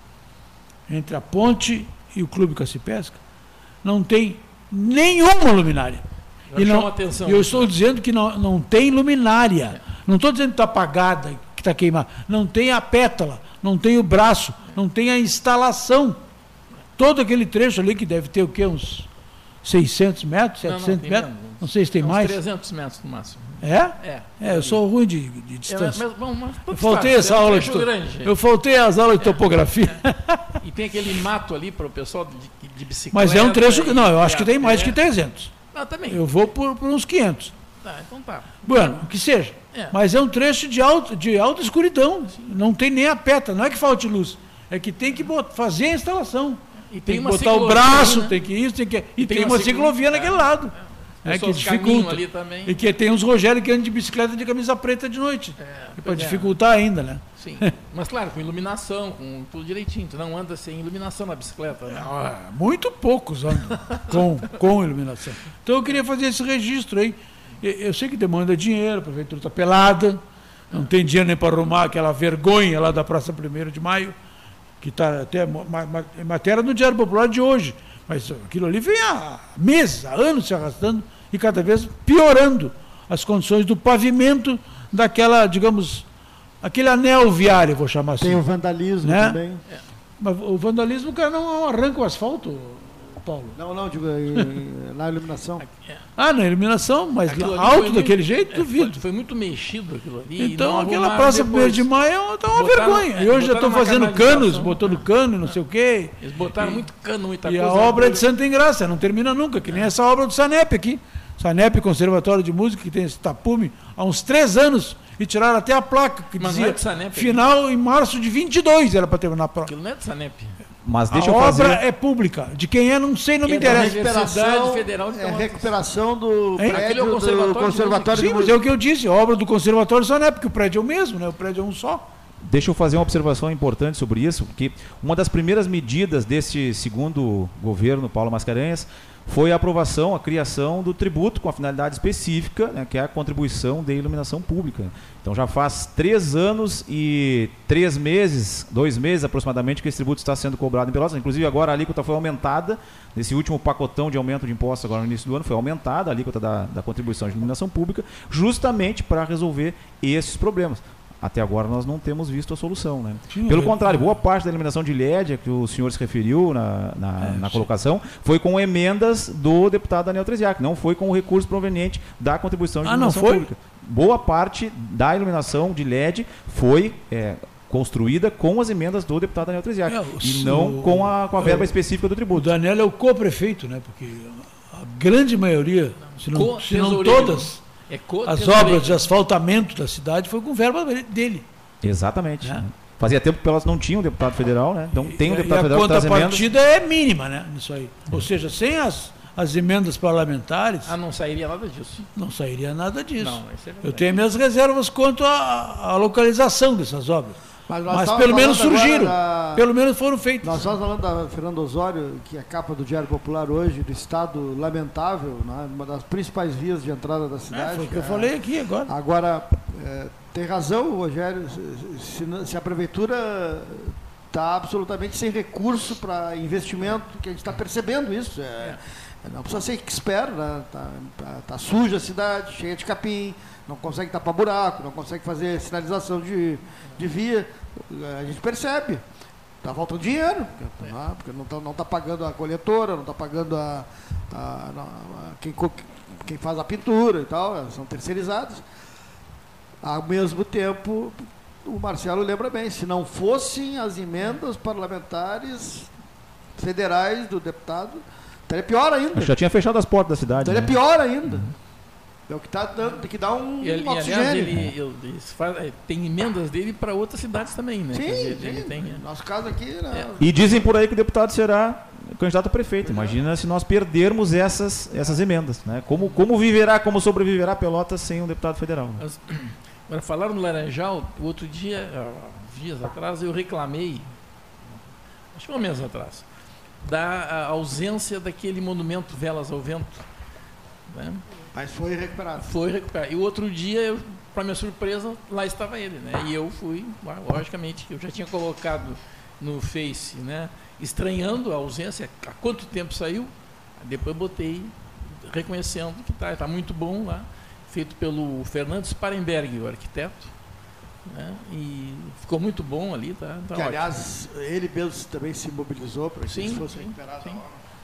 entre a ponte e o Clube Caça e Pesca, não tem nenhuma luminária. Já e não, chama atenção. eu estou dizendo que não, não tem luminária. Não estou dizendo que está apagada, que está queimada. Não tem a pétala, não tem o braço, não tem a instalação. Todo aquele trecho ali, que deve ter o quê? Uns seiscentos metros, Não, não, setecentos tem metros? menos. Não sei se tem Uns mais. trezentos metros no máximo. É? É. É, eu sou ruim de, de É, distância. mas, bom, mas, Eu faltei essa é um aula de trecho to... grande. Eu faltei as aulas de topografia. E tem aquele mato ali para o pessoal de, de bicicleta. Mas é um trecho que. Não, eu acho é, que tem mais é. que trezentos. Ah, também. Eu vou por, por uns quinhentos. Tá, então tá. Bueno, que seja. É. Mas é um trecho de, alto, de alta escuridão. Não tem nem a pétala. Não é que falte luz. É que tem que botar, fazer a instalação. E Tem, que uma botar o ciclovia braço, ali, né? tem que isso, tem que. E, E tem, tem uma uma ciclovia ciclovia, naquele é. lado. É, Pessoal que de caminho dificulta. ali também. E que tem uns Rogério que andam de bicicleta de camisa preta de noite. É, Para pois é. dificultar ainda, né? Sim. Mas claro, com iluminação, com tudo direitinho. Tu não anda sem iluminação na bicicleta, né? Ah, muito poucos andam com, com iluminação. Então eu queria fazer esse registro aí. Eu, eu sei que demanda dinheiro, a prefeitura está pelada, não tem dinheiro nem para arrumar aquela vergonha lá da Praça primeiro de Maio, que está até ma, ma, matéria no Diário Popular de hoje. Mas aquilo ali vem há meses, há anos se arrastando e cada vez piorando as condições do pavimento daquela, digamos, aquele anel viário, vou chamar assim. Tem o vandalismo Né? também. Mas o vandalismo, o cara não arranca o asfalto, Paulo. Não, não, digo, eh, na iluminação. Ah, na iluminação, mas Aquilo ali alto foi daquele muito- jeito, é, duvido. Foi, foi muito mexido aquilo ali. e Então não aquela arrumaram Praça depois. primeiro de Maio está uma Botaram- vergonha. é, E hoje já botaram estão uma fazendo canalização. canos, botando cano e não sei o quê. Eles botaram muito cano, muita E coisa. a obra é de Santa Engraça, não termina nunca, que nem essa obra do Sanep aqui. Sanep, Conservatório de Música, que tem esse tapume há uns três anos, e tiraram até a placa que Mas não dizia é de Sanep, final em março de vinte e dois era para terminar a prova. Aquilo não é de Sanep. Mas A deixa eu obra fazer. é pública. De quem é, não sei, não me É da interessa. Universidade Federal de é Pelotas. recuperação do Hein? Aquele é prédio o do Conservatório de Conservatório Sim, de mas Música. é o que eu disse, a obra do Conservatório Sanep, porque o prédio é o mesmo, né? O prédio é um só. Deixa eu fazer uma observação importante sobre isso, porque uma das primeiras medidas deste segundo governo, Paulo Mascarenhas, foi a aprovação, a criação do tributo com a finalidade específica, né, que é a contribuição de iluminação pública. Então já faz três anos e três meses, dois meses aproximadamente, que esse tributo está sendo cobrado em Pelotas. Inclusive agora a alíquota foi aumentada, nesse último pacotão de aumento de impostos agora no início do ano, foi aumentada a alíquota da, da contribuição de iluminação pública, justamente para resolver esses problemas. Até agora nós não temos visto a solução, né? Sim, Pelo é, contrário, boa parte da iluminação de L E D, que o senhor se referiu na, na, é, na colocação, foi com emendas do deputado Daniel Treziak, não foi com o recurso proveniente da contribuição de ah, iluminação não foi? pública. Boa parte da iluminação de L E D foi é, construída com as emendas do deputado Daniel Treziak, é, e não com a, com a verba é, específica do tributo. O Daniel é o co-prefeito, né? Porque a grande maioria, se não, se não todas... É As obras de asfaltamento da cidade foi com verba dele. Exatamente. É. Fazia tempo que Pelotas não tinha um deputado federal, né? Então tem um deputado e federal que traz emendas. A contrapartida é mínima, né? Nisso aí. É. Ou seja, sem as, as emendas parlamentares... Ah, não sairia nada disso. Não sairia nada disso. Não, é Eu tenho minhas reservas quanto à localização dessas obras. Mas, Mas pelo menos surgiram, da... pelo menos foram feitos. Nós estamos falando da Fernando Osório, que é capa do Diário Popular hoje, do estado lamentável, né? Uma das principais vias de entrada da cidade. É, foi o que eu falei aqui agora. Agora, é, tem razão, Rogério, se, se a prefeitura está absolutamente sem recurso para investimento, que a gente está percebendo isso. É, é. Não precisa ser expert, né? Tá, tá, tá suja a cidade, cheia de capim, não consegue tapar buraco, não consegue fazer sinalização de, de via. A gente percebe. Está faltando dinheiro, porque, é. porque não está não tá pagando a coletora, não está pagando a, a, a, a quem, quem faz a pintura e tal, são terceirizados. Ao mesmo tempo, o Marcelo lembra bem, se não fossem as emendas parlamentares federais do deputado, teria pior ainda. Já tinha fechado as portas da cidade. Teria né? pior ainda. Uhum. É o que está dando, tem que dar um, e, um oxigênio. Aliás, ele, ele, ele faz, tem emendas dele para outras cidades também, né? Sim, dizer, sim. Ele tem, nosso caso aqui... Né? É. E dizem por aí que o deputado será candidato a prefeito. Imagina se nós perdermos essas, essas emendas. Né? Como, como viverá, como sobreviverá Pelotas sem um deputado federal? Né? Mas, agora, falaram no Laranjal, o outro dia, dias atrás, eu reclamei, acho que um mês atrás, da ausência daquele monumento Velas ao Vento. Né? Mas foi recuperado. Foi recuperado. E o outro dia, para minha surpresa, lá estava ele. Né? E eu fui, logicamente, eu já tinha colocado no Face, né? Estranhando a ausência, há quanto tempo saiu, depois botei reconhecendo que está tá muito bom lá, feito pelo Fernando Sparenberg, o arquiteto, né? E ficou muito bom ali. Tá, tá que, ótimo. Aliás, ele mesmo também se mobilizou para que sim, isso fosse sim, recuperado. Sim.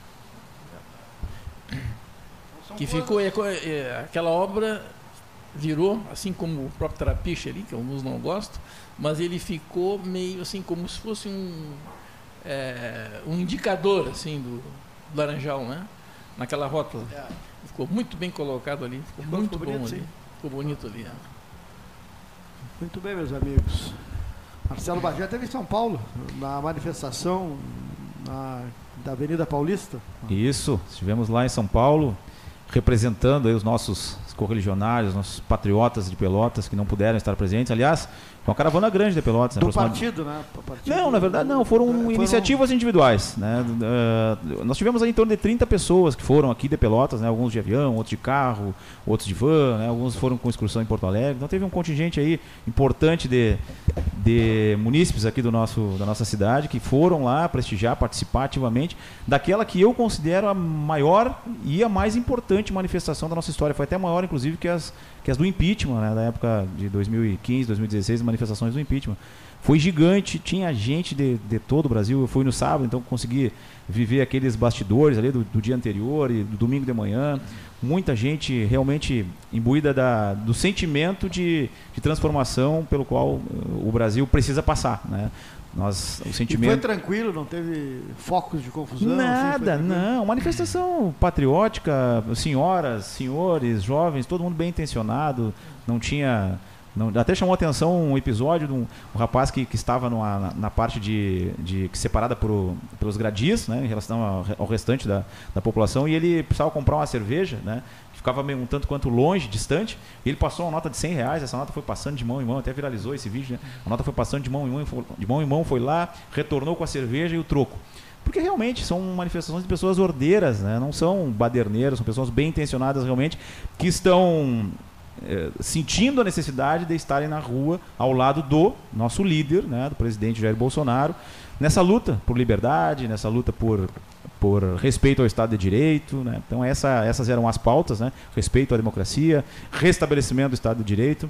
Que ficou, é, é, aquela obra virou, assim como o próprio Trapiche ali, que alguns não gostam, mas ele ficou meio assim, como se fosse um, é, um indicador assim, do, do Laranjal, né? Naquela rótula. É. Ficou muito bem colocado ali, ficou, ficou muito ficou bom bonito, ali. Sim. Ficou bonito ali. É. Muito bem, meus amigos. Marcelo Bagé esteve em São Paulo, na manifestação na, da Avenida Paulista. Isso, estivemos lá em São Paulo, representando aí os nossos correligionários, nossos patriotas de Pelotas que não puderam estar presentes. Aliás, foi uma caravana grande de Pelotas. Do né, partido, né? Partido não, na verdade não, foram, foram iniciativas individuais. Né? Uh, nós tivemos aí em torno de trinta pessoas que foram aqui de Pelotas, né? Alguns de avião, outros de carro, outros de van, né? Alguns foram com excursão em Porto Alegre. Então teve um contingente aí importante de, de munícipes aqui do nosso, da nossa cidade que foram lá prestigiar, participar ativamente daquela que eu considero a maior e a mais importante manifestação da nossa história. Foi até maior, inclusive, que as, que as do impeachment, né? Da época de dois mil e quinze, dois mil e dezesseis, manifestações do impeachment. Foi gigante, tinha gente de, de todo o Brasil. Eu fui no sábado, então consegui viver aqueles bastidores ali do, do dia anterior e do domingo de manhã. Muita gente realmente imbuída da, do sentimento de, de transformação pelo qual uh, o Brasil precisa passar, né? Nós, o sentimento... E foi tranquilo, não teve focos de confusão? Nada, assim, não. Manifestação patriótica, senhoras, senhores, jovens, todo mundo bem intencionado. Não tinha... Não, até chamou a atenção um episódio de um, um rapaz que, que estava numa, na, na parte de, de separada por, pelos gradis, né, em relação ao, ao restante da, da população, e ele precisava comprar uma cerveja, né, que ficava meio, um tanto quanto longe, distante, e ele passou uma nota de cem reais, essa nota foi passando de mão em mão, até viralizou esse vídeo, né, a nota foi passando de mão em mão, de mão em mão, foi lá, retornou com a cerveja e o troco. porque realmente são manifestações de pessoas ordeiras, né? Não são baderneiros, são pessoas bem intencionadas realmente, que estão é, sentindo a necessidade de estarem na rua ao lado do nosso líder, né? Do presidente Jair Bolsonaro, nessa luta por liberdade, nessa luta por, por respeito ao Estado de Direito, né? Então essa, essas eram as pautas, né? Respeito à democracia, restabelecimento do Estado de Direito.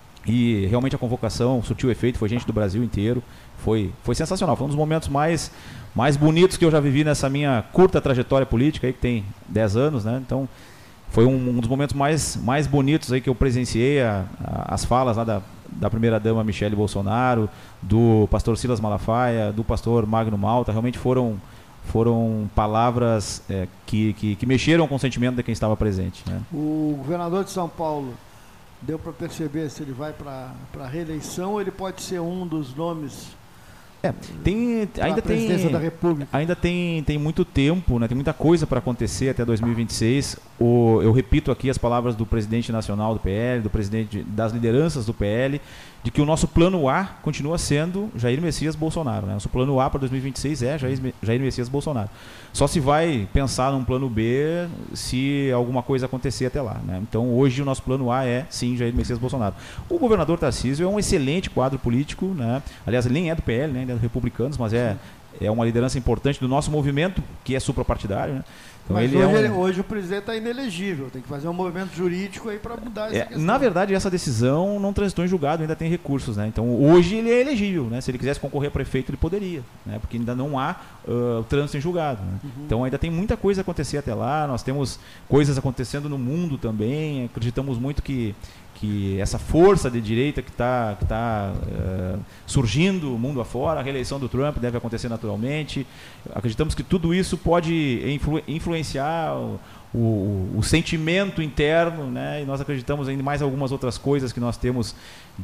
E realmente a convocação surtiu efeito, foi gente do Brasil inteiro, foi, foi sensacional, foi um dos momentos mais, mais bonitos que eu já vivi nessa minha curta trajetória política, aí, que tem dez anos, né? Então foi um, um dos momentos mais, mais bonitos aí que eu presenciei, a, a, as falas lá da, da primeira-dama Michele Bolsonaro, do pastor Silas Malafaia, do pastor Magno Malta, realmente foram, foram palavras é, que, que, que mexeram com o sentimento de quem estava presente, né? O governador de São Paulo, deu para perceber se ele vai para a reeleição ou ele pode ser um dos nomes é, tem, ainda da presidência tem, da República? Ainda tem, tem muito tempo, né? Tem muita coisa para acontecer até dois mil e vinte e seis. O, eu repito aqui as palavras do presidente nacional do P L, do presidente das lideranças do P L, de que o nosso plano A continua sendo Jair Messias Bolsonaro, né? Nosso plano A para dois mil e vinte e seis é Jair, Jair Messias Bolsonaro. Só se vai pensar num plano B se alguma coisa acontecer até lá, né? Então hoje o nosso plano A é sim Jair Messias Bolsonaro. O governador Tarcísio é um excelente quadro político, né? Aliás, ele nem é do P L, né? Ele é do Republicanos, mas é, é uma liderança importante do nosso movimento, que é suprapartidário, né? Então, mas ele hoje, é um... ele, hoje o presidente está inelegível, tem que fazer um movimento jurídico aí para mudar essa é, questão. Na verdade, essa decisão não transitou em julgado, ainda tem recursos, né? Então hoje ele é elegível, né? Se ele quisesse concorrer a prefeito, ele poderia, né? Porque ainda não há uh, trânsito em julgado, né? Uhum. Então ainda tem muita coisa a acontecer até lá, nós temos coisas acontecendo no mundo também, acreditamos muito que que essa força de direita que está que tá, uh, surgindo mundo afora, a reeleição do Trump deve acontecer naturalmente. Acreditamos que tudo isso pode influ, influenciar o, o, o sentimento interno, né? E nós acreditamos em mais algumas outras coisas que nós temos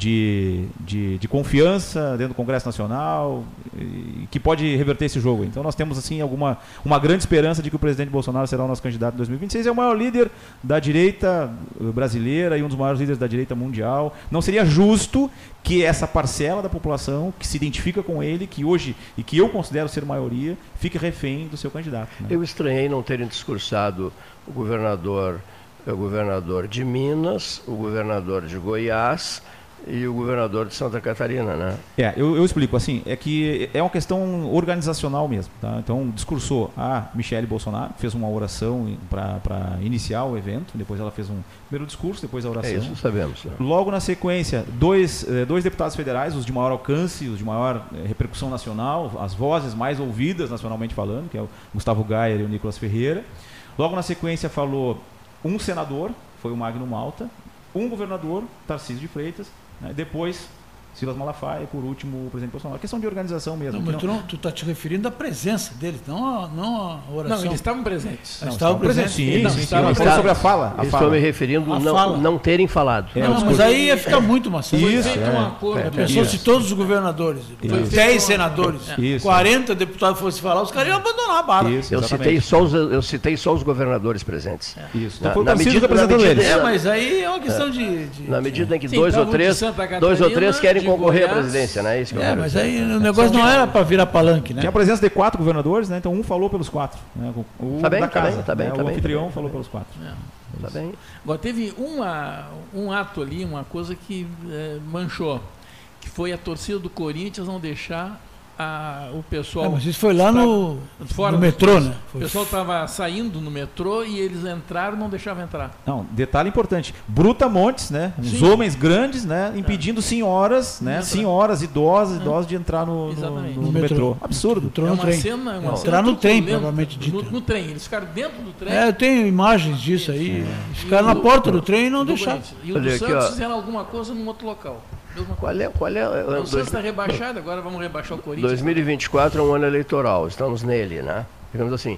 de, de, de confiança dentro do Congresso Nacional, e, que pode reverter esse jogo. Então nós temos assim alguma uma grande esperança de que o presidente Bolsonaro será o nosso candidato em dois mil e vinte e seis. É o maior líder da direita brasileira e um dos maiores líderes da direita mundial. Não seria justo que essa parcela da população que se identifica com ele, que hoje, e que eu considero ser maioria, fique refém do seu candidato, né? Eu estranhei não terem discursado o governador, o governador de Minas, o governador de Goiás e o governador de Santa Catarina, né? É, eu, eu explico, assim, é que é uma questão organizacional mesmo, tá? Então, discursou a Michele Bolsonaro, fez uma oração para iniciar o evento, depois ela fez um primeiro discurso, depois a oração. É isso, sabemos. Né? Logo na sequência, dois, dois deputados federais, os de maior alcance, os de maior repercussão nacional, as vozes mais ouvidas nacionalmente falando, que é o Gustavo Gayer e o Nicolas Ferreira. Logo na sequência falou um senador, foi o Magno Malta, um governador, Tarcísio de Freitas, né? Depois Silas Malafaia e por último o presidente Bolsonaro. Questão de organização mesmo. Não, mas não... tu está te referindo à presença deles, não a, não a oração. Não, eles estavam presentes. Não, eles estavam presentes. Sim, não, sim, estavam sim. Está... sobre a fala. A Eles fala. estão me referindo a não, fala. não terem falado. É, não, mas aí ia ficar muito maçante. Isso, Foi feito é. um acordo. É, pensou se todos os governadores, dez senadores, Isso. quarenta deputados fossem falar, os caras iam abandonar a barra. Isso, Eu citei, só os, eu citei só os governadores presentes. Isso. Na, Então foi o na Tarcísio medida, na representando medida, eles. É, mas aí é uma questão de, de... Na medida em que Sim, dois, ou estavam de três, Santa dois ou três Catarina, querem de concorrer à Goiás. presidência, né? Isso que eu É, quero mas dizer. aí o negócio não era para virar palanque, né? Tinha a presença de quatro governadores, né? Então um falou pelos quatro. Né? O Tá bem, da tá casa, bem, tá bem, né? tá O bem, anfitrião tá bem, falou tá bem. pelos quatro. É. Tá bem. Agora, teve uma, um ato ali, uma coisa que é, manchou, que foi a torcida do Corinthians não deixar a, o pessoal... É, mas isso foi lá no, fora no do metrô, espaço. né? O Foi... pessoal estava saindo no metrô e eles entraram e não deixavam entrar. Não, detalhe importante. Brutamontes, né? Uns Sim. homens grandes, né? Impedindo senhoras, né? Entrar. Senhoras, idosas, idosos de entrar no, no, Exatamente. no No metrô. metrô. Absurdo. Entrou é no uma trem. cena... Uma Não, cena entrar no trem, truculenta. provavelmente dito. No, no trem, eles ficaram dentro do trem. É, eu tenho imagens disso aí. E Ficaram na o- porta do trem e não do deixaram. Corinthians. E o Olha do aqui, Santos ó. fizeram alguma coisa num outro local. Mesma Qual coisa. é, qual é, O dois- Santos está rebaixado, agora vamos rebaixar o Corinthians. dois mil e vinte e quatro é um ano eleitoral, estamos nele, né? Digamos assim,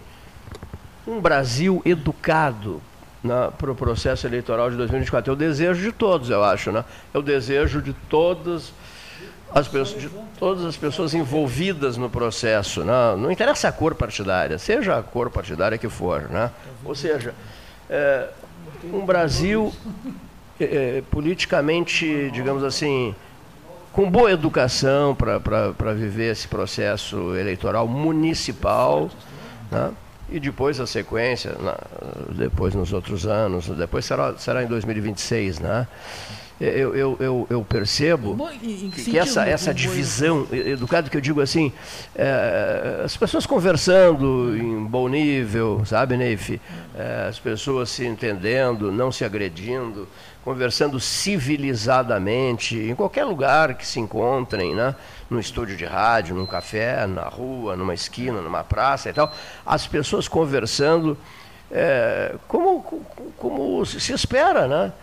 um Brasil educado para o processo eleitoral de dois mil e vinte e quatro é o desejo de todos, eu acho, né? É o desejo de todas as pessoas, de todas as pessoas envolvidas no processo, né? Não interessa a cor partidária, seja a cor partidária que for, né? Ou seja, é, um Brasil é, politicamente, digamos assim, com boa educação para viver esse processo eleitoral municipal, né? E depois a sequência, na, depois nos outros anos, depois será, será em dois mil e vinte e seis, né? Eu, eu, eu, eu percebo Bom, em, em que que essa, essa divisão, educado que eu digo assim, é, as pessoas conversando em bom nível, sabe, Neif? É, as pessoas se entendendo, não se agredindo, conversando civilizadamente, em qualquer lugar que se encontrem, né? Num estúdio de rádio, num café, na rua, numa esquina, numa praça e tal, as pessoas conversando é, como, como se espera, né?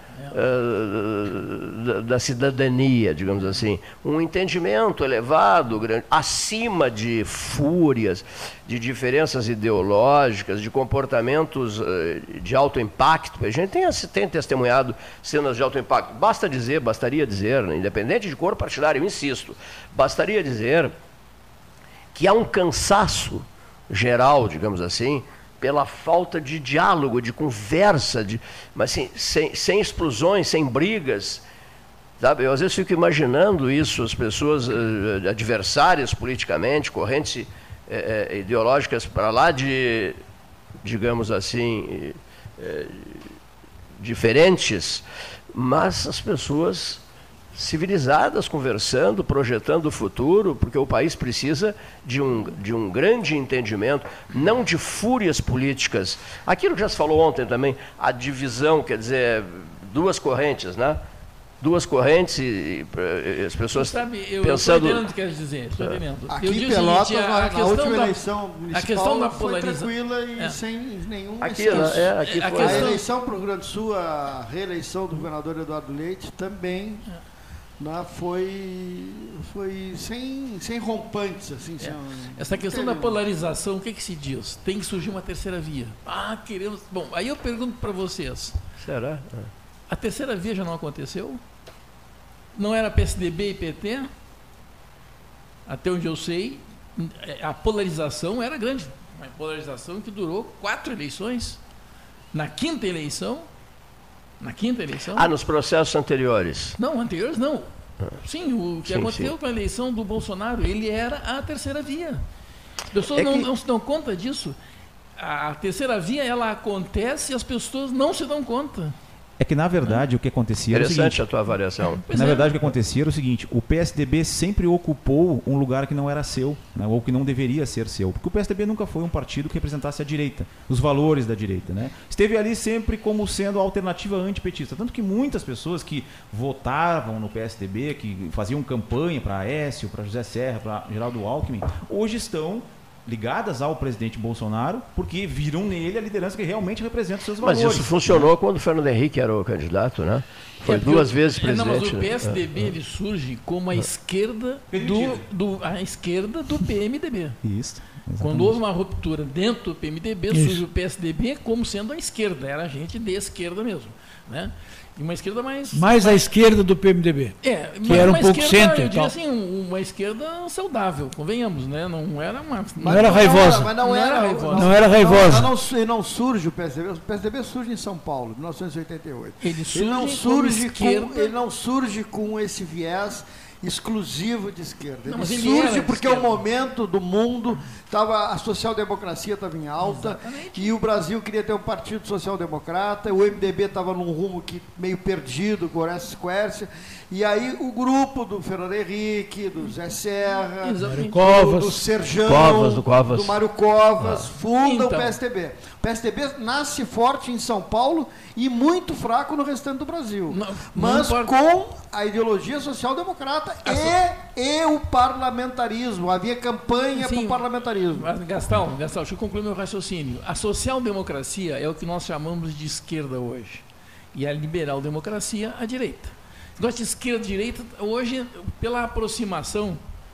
Uh, da, da cidadania, digamos assim, um entendimento elevado, grande, acima de fúrias, de diferenças ideológicas, de comportamentos uh, de alto impacto. A gente tem, tem testemunhado cenas de alto impacto. Basta dizer, bastaria dizer, né, independente de cor partidária, eu insisto, bastaria dizer que há um cansaço geral, digamos assim, pela falta de diálogo, de conversa, de, mas assim, sem, sem explosões, sem brigas. Sabe? Eu às vezes fico imaginando isso, as pessoas uh, adversárias politicamente, correntes uh, ideológicas para lá de, digamos assim, uh, diferentes, mas as pessoas civilizadas, conversando, projetando o futuro, porque o país precisa de um, de um grande entendimento, não de fúrias políticas. Aquilo que já se falou ontem também, a divisão, quer dizer, duas correntes, né? Duas correntes e, e as pessoas sabe, eu, pensando... Eu estou entendendo o que quer dizer, estou entendendo. Aqui eu em Pelotas, seguinte, a, na, a na última da, eleição municipal, a questão da foi polariza... tranquila e é. sem nenhum aqui, excesso. né? é, aqui a, foi... A questão... eleição para o Rio Grande do Sul, a reeleição do governador Eduardo Leite, também... É. Né, foi, foi sem, sem rompantes. Assim, é. sem, Essa questão da polarização, o que, que se diz? Tem que surgir uma terceira via. Ah, queremos... Bom, aí eu pergunto para vocês. Será? A terceira via já não aconteceu? Não era P S D B e P T? Até onde eu sei, a polarização era grande. Uma polarização que durou quatro eleições. Na quinta eleição... Na quinta eleição? Ah, nos processos anteriores. Não, anteriores não. Sim, o que sim, aconteceu sim. com a eleição do Bolsonaro, ele era a terceira via. As pessoas é não, que... não se dão conta disso. A terceira via, ela acontece e as pessoas não se dão conta. É que, na verdade, o que acontecia era o Interessante seguinte, a tua avaliação. na verdade, o que acontecia era o seguinte, o P S D B sempre ocupou um lugar que não era seu, né, ou que não deveria ser seu, porque o P S D B nunca foi um partido que representasse a direita, os valores da direita, né? Esteve ali sempre como sendo a alternativa antipetista, tanto que muitas pessoas que votavam no P S D B, que faziam campanha para Aécio, para José Serra, para Geraldo Alckmin, hoje estão ligadas ao presidente Bolsonaro, porque viram nele a liderança que realmente representa os seus valores. Mas isso funcionou quando o Fernando Henrique era o candidato, né? Foi é, duas vezes presidente. Não, mas o P S D B, né? Ele surge como a esquerda do, do, a esquerda do P M D B. Isso. Exatamente. Quando houve uma ruptura dentro do P M D B, Isso. surge o P S D B como sendo a esquerda, era a gente de esquerda mesmo, né? E uma esquerda mais... Mais à esquerda do P M D B. É, que era um pouco esquerda, centro. Eu diria assim, uma esquerda saudável, convenhamos, né? Não era uma... Não era raivosa. Mas não era raivosa. Não era raivosa. Não, não, não surge o P S D B. O P S D B surge em São Paulo, em mil novecentos e oitenta e oito. Ele, surge ele, não surge com, esquerda... ele não surge com esse viés exclusivo de esquerda. Ele, não, ele surge porque o momento do mundo, tava, a social-democracia estava em alta. Exatamente. E o Brasil queria ter um partido social-democrata, o M D B estava num rumo que, meio perdido, com Horácio Quércia, e aí o grupo do Fernando Henrique, do Zé Serra, do, Covas, do Serjão, Covas, do, Covas. do Mário Covas, ah. funda então. o P S D B. O P S D B nasce forte em São Paulo e muito fraco no restante do Brasil. Não, mas não com a ideologia social-democrata e, e o parlamentarismo. Havia campanha para o parlamentarismo. Mas, Gastão, Gastão, deixa eu concluir meu raciocínio. A social-democracia é o que nós chamamos de esquerda hoje. E a liberal-democracia, a direita. Gosto de esquerda e direita, hoje, pela aproximação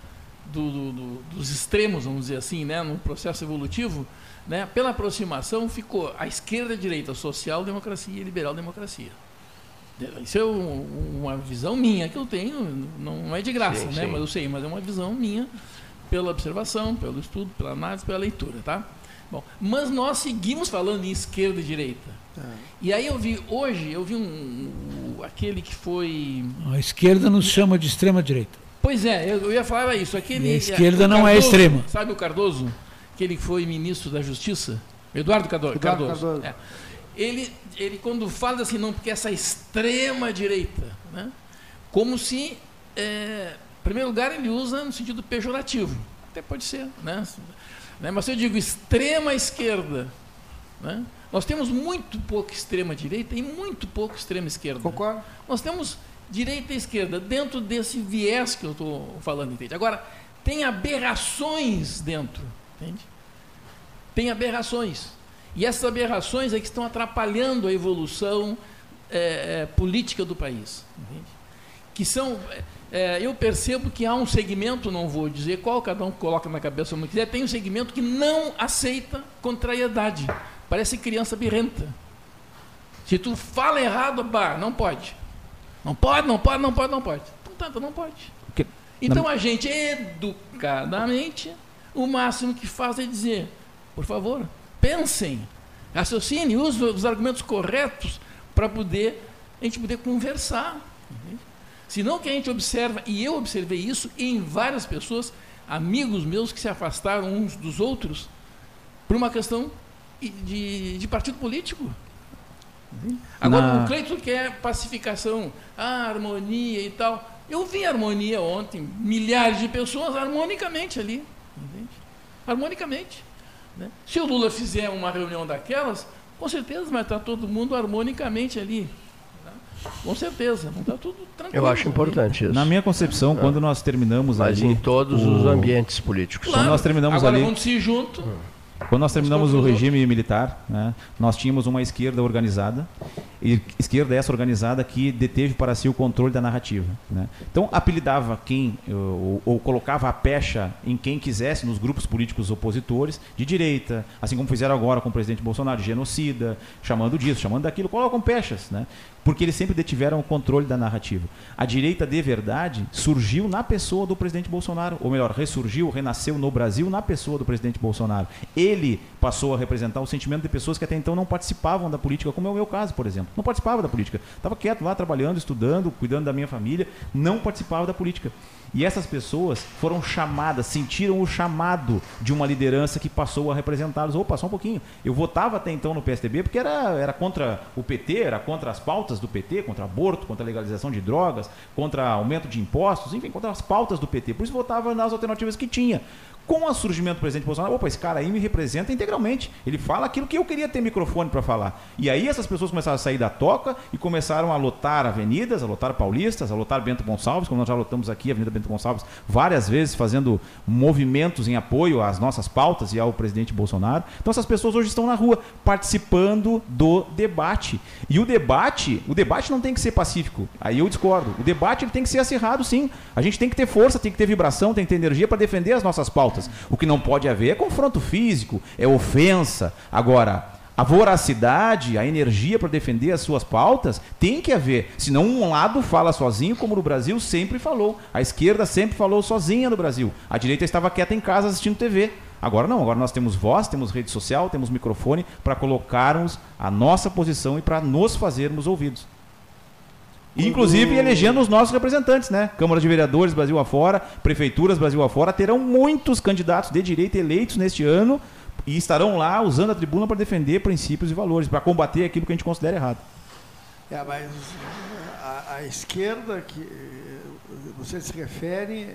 do, do, do, dos extremos, vamos dizer assim, né, no processo evolutivo, né, pela aproximação ficou a esquerda e a direita, social-democracia e liberal-democracia. Isso é um, uma visão minha que eu tenho, não é de graça, sim, né, sim. Mas eu sei, mas é uma visão minha pela observação, pelo estudo, pela análise, pela leitura, tá? Bom, mas nós seguimos falando em esquerda e direita. É. E aí eu vi, hoje, eu vi um, um, aquele que foi... A esquerda nos chama de extrema direita. Pois é, eu, eu ia falar isso. Aquele, E a esquerda o não é Cardoso, extrema. Sabe o Cardoso? Que ele foi ministro da Justiça? Eduardo Cardoso. Eduardo Cardoso. Cardoso. É. Ele, ele, quando fala assim, não, porque essa extrema-direita, né? Como se, é, em primeiro lugar, ele usa no sentido pejorativo. Até pode ser, né? Mas se eu digo extrema-esquerda, né? Nós temos muito pouco extrema-direita e muito pouco extrema-esquerda. Concordo. Nós temos direita e esquerda dentro desse viés que eu estou falando, entende? Agora, tem aberrações dentro, entende? Tem aberrações. E essas aberrações é que estão atrapalhando a evolução é, é, política do país, entende? Que são... É, eu percebo que há um segmento, não vou dizer qual, cada um coloca na cabeça como quiser, tem um segmento que não aceita contrariedade. Parece criança birrenta. Se tu fala errado, bah, não pode. Não pode, não pode, não pode, não pode. Então, tá, não pode. Porque, então na... a gente, educadamente, o máximo que faz é dizer, por favor, pensem, raciocinem, usem os argumentos corretos para poder, a gente poder conversar. Entende? Senão que a gente observa, e eu observei isso em várias pessoas, amigos meus que se afastaram uns dos outros por uma questão de, de partido político. Agora, Na... o Cleiton quer pacificação, ah, harmonia e tal. Eu vi harmonia ontem, milhares de pessoas harmonicamente ali. Entende? Harmonicamente. Né? Se o Lula fizer uma reunião daquelas, com certeza vai estar todo mundo harmonicamente ali. Com certeza, não está tudo tranquilo. Eu acho importante isso. Na minha concepção, ah. quando nós terminamos Mas ali... em todos o... os ambientes políticos. Claro. Quando nós terminamos Agora, ali... quando se juntam... Hum. Quando nós terminamos o regime militar, né, nós tínhamos uma esquerda organizada, e esquerda essa organizada que deteve para si o controle da narrativa. Né? Então, apelidava quem, ou, ou colocava a pecha em quem quisesse nos grupos políticos opositores, de direita, assim como fizeram agora com o presidente Bolsonaro, de genocida, chamando disso, chamando daquilo, colocam pechas, né? Porque eles sempre detiveram o controle da narrativa. A direita de verdade surgiu na pessoa do presidente Bolsonaro, ou melhor, ressurgiu, renasceu no Brasil na pessoa do presidente Bolsonaro. Ele passou a representar o sentimento de pessoas que até então não participavam da política, como é o meu caso, por exemplo. Não participava da política. Estava quieto lá, trabalhando, estudando, cuidando da minha família, não participava da política. E essas pessoas foram chamadas, sentiram o chamado de uma liderança que passou a representá-los. Opa, só um pouquinho. Eu votava até então no P S D B porque era, era contra o P T, era contra as pautas do P T, contra aborto, contra a legalização de drogas, contra aumento de impostos, enfim, contra as pautas do P T. Por isso votava nas alternativas que tinha. Com o surgimento do presidente Bolsonaro, opa, esse cara aí me representa integralmente. Ele fala aquilo que eu queria ter microfone para falar. E aí essas pessoas começaram a sair da toca e começaram a lotar avenidas, a lotar Paulistas, a lotar Bento Gonçalves, como nós já lotamos aqui, a Avenida Bento Gonçalves, várias vezes fazendo movimentos em apoio às nossas pautas e ao presidente Bolsonaro. Então essas pessoas hoje estão na rua, participando do debate. E o debate, o debate não tem que ser pacífico. Aí eu discordo. O debate ele tem que ser acirrado, sim. A gente tem que ter força, tem que ter vibração, tem que ter energia para defender as nossas pautas. O que não pode haver é confronto físico, é ofensa. Agora, a voracidade, a energia para defender as suas pautas tem que haver. Senão um lado fala sozinho, como no Brasil sempre falou. A esquerda sempre falou sozinha no Brasil. A direita estava quieta em casa assistindo T V. Agora não, agora nós temos voz, temos rede social, temos microfone para colocarmos a nossa posição e para nos fazermos ouvidos. Inclusive elegendo os nossos representantes, né? Câmara de Vereadores Brasil afora, Prefeituras Brasil afora, terão muitos candidatos de direita eleitos neste ano e estarão lá usando a tribuna para defender princípios e valores, para combater aquilo que a gente considera errado. É, mas a, a esquerda que você se refere,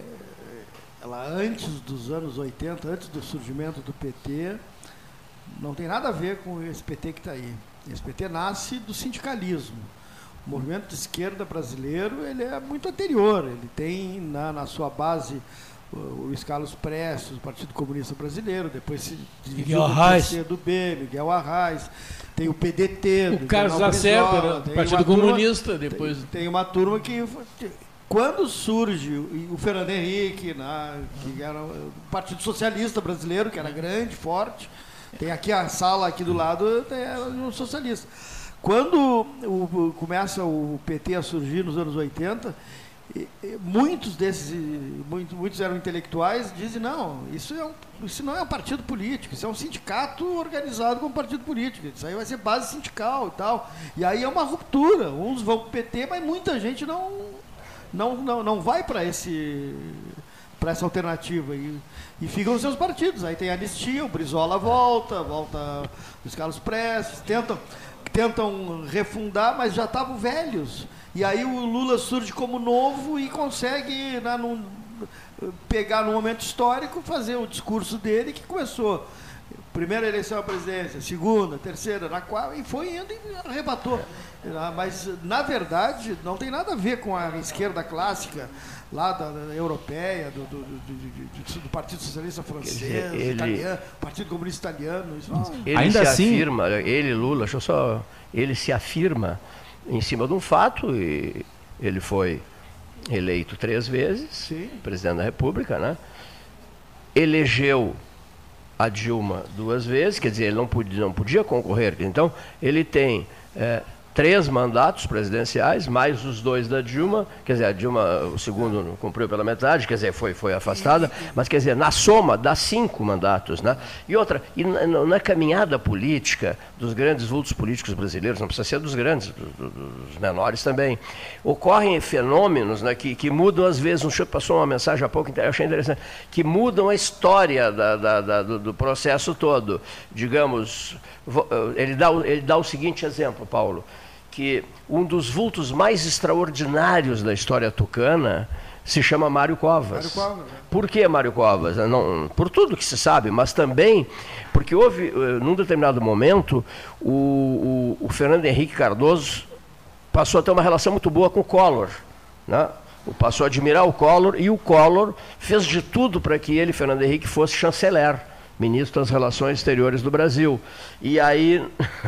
ela antes dos anos oitenta, antes do surgimento do P T, não tem nada a ver com esse P T que está aí. Esse P T nasce do sindicalismo. O movimento de esquerda brasileiro ele é muito anterior. Ele tem na, na sua base o Luiz Carlos Prestes, o Partido Comunista Brasileiro, depois se dividiu no P C do B, Miguel Arraes, tem o P D T, o Carlos Lacerda, o Partido Comunista, turma, depois... Tem, tem uma turma que... Quando surge o Fernando Henrique, né, que era o Partido Socialista Brasileiro, que era grande, forte, tem aqui a sala aqui do lado, tem um socialista. Quando o, começa o P T a surgir nos anos oitenta, e, e muitos desses, muitos, muitos eram intelectuais, dizem, não, isso, é um, isso não é um partido político, isso é um sindicato organizado como partido político, isso aí vai ser base sindical e tal. E aí é uma ruptura, uns vão para o P T, mas muita gente não, não, não, não vai para esse... para essa alternativa e, e ficam os seus partidos. Aí tem anistia, o Brizola volta, volta os Carlos Prestes, tentam, tentam refundar, mas já estavam velhos. E aí o Lula surge como novo e consegue, né, num, pegar no momento histórico, fazer o discurso dele que começou. Primeira eleição à presidência, segunda, terceira, na quarta, e foi indo e arrebatou. Mas, na verdade, não tem nada a ver com a esquerda clássica, lá da, da europeia, do, do, do, do, do Partido Socialista Francês, ele, italiano, Partido Comunista Italiano. Isso não... Ele Ainda se assim... afirma, ele, Lula, deixa eu só... Ele se afirma em cima de um fato, e ele foi eleito três vezes, Sim. presidente da República, né? Elegeu a Dilma duas vezes, quer dizer, ele não podia, não podia concorrer. Então, ele tem é, três mandatos presidenciais, mais os dois da Dilma, quer dizer, a Dilma, o segundo não cumpriu pela metade, quer dizer, foi, foi afastada, mas quer dizer, na soma, dá cinco mandatos, né? E outra, e na, na caminhada política dos grandes vultos políticos brasileiros, não precisa ser dos grandes, dos, dos menores também, ocorrem fenômenos, né, que, que mudam às vezes, um senhor passou uma mensagem há pouco, eu achei interessante, que mudam a história da, da, da, do, do processo todo. Digamos, ele dá, ele dá o seguinte exemplo, Paulo, que um dos vultos mais extraordinários da história tucana se chama Mário Covas. Mário Covas, né? Por que Mário Covas? Não, por tudo que se sabe, mas também porque houve, num determinado momento, o, o, o Fernando Henrique Cardoso passou a ter uma relação muito boa com o Collor, né? Passou a admirar o Collor, e o Collor fez de tudo para que ele, Fernando Henrique, fosse chanceler, ministro das Relações Exteriores do Brasil. E aí,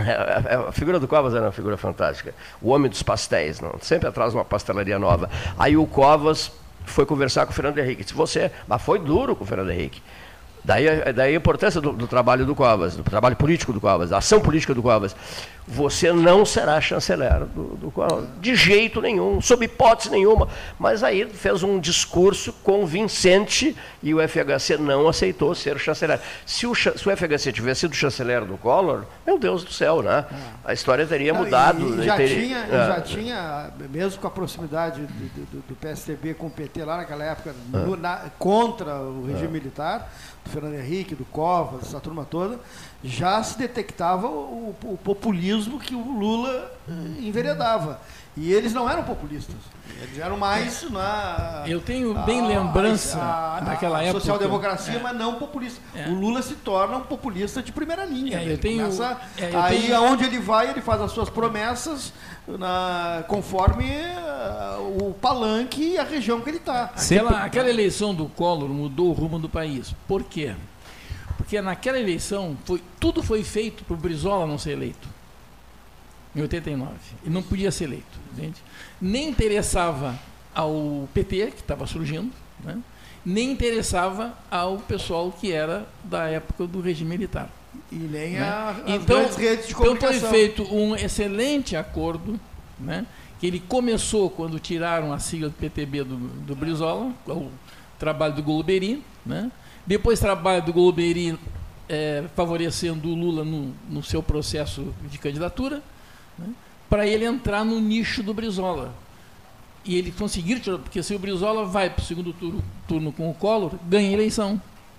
a figura do Covas era uma figura fantástica. O homem dos pastéis, não? Sempre atrás de uma pastelaria nova. Aí o Covas foi conversar com o Fernando Henrique. Disse, você, mas foi duro com o Fernando Henrique. Daí, daí a importância do, do trabalho do Covas, do trabalho político do Covas, da ação política do Covas. Você não será chanceler do, do Covas, de jeito nenhum, sob hipótese nenhuma. Mas aí fez um discurso convincente e o F H C não aceitou ser chanceler. Se o, se o F H C tivesse sido chanceler do Collor, meu Deus do céu, né? A história teria não, mudado. E, e já, teria, tinha, é. já tinha, mesmo com a proximidade do, do, do P S D B com o P T lá naquela época, é. no, na, contra o regime é. militar, do Fernando Henrique, do Covas, essa turma toda, já se detectava o, o populismo que o Lula enveredava. E eles não eram populistas, eles eram mais na... Eu tenho bem a, lembrança a, a, daquela a época. Social-democracia, é. mas não populista. É. O Lula se torna um populista de primeira linha. É, eu tenho, começa, é, eu aí, tenho... aonde ele vai, ele faz as suas promessas na, conforme uh, o palanque e a região que ele está. Aquela, aquela eleição do Collor mudou o rumo do país. Por quê? Porque naquela eleição, foi, tudo foi feito para o Brizola não ser eleito. Em oitenta e nove. E não podia ser eleito. Entende? Nem interessava ao P T, que estava surgindo, né? Nem interessava ao pessoal que era da época do regime militar. E nem né? a, as então, grandes redes de comunicação. Então foi feito um excelente acordo, né? Que ele começou quando tiraram a sigla do P T B do, do Brizola, o trabalho do Golbery, né? Depois trabalho do Golbery é, favorecendo o Lula no, no seu processo de candidatura, né? Para ele entrar no nicho do Brizola. E ele conseguir tirar, porque se o Brizola vai para o segundo turno, turno com o Collor, ganha a eleição.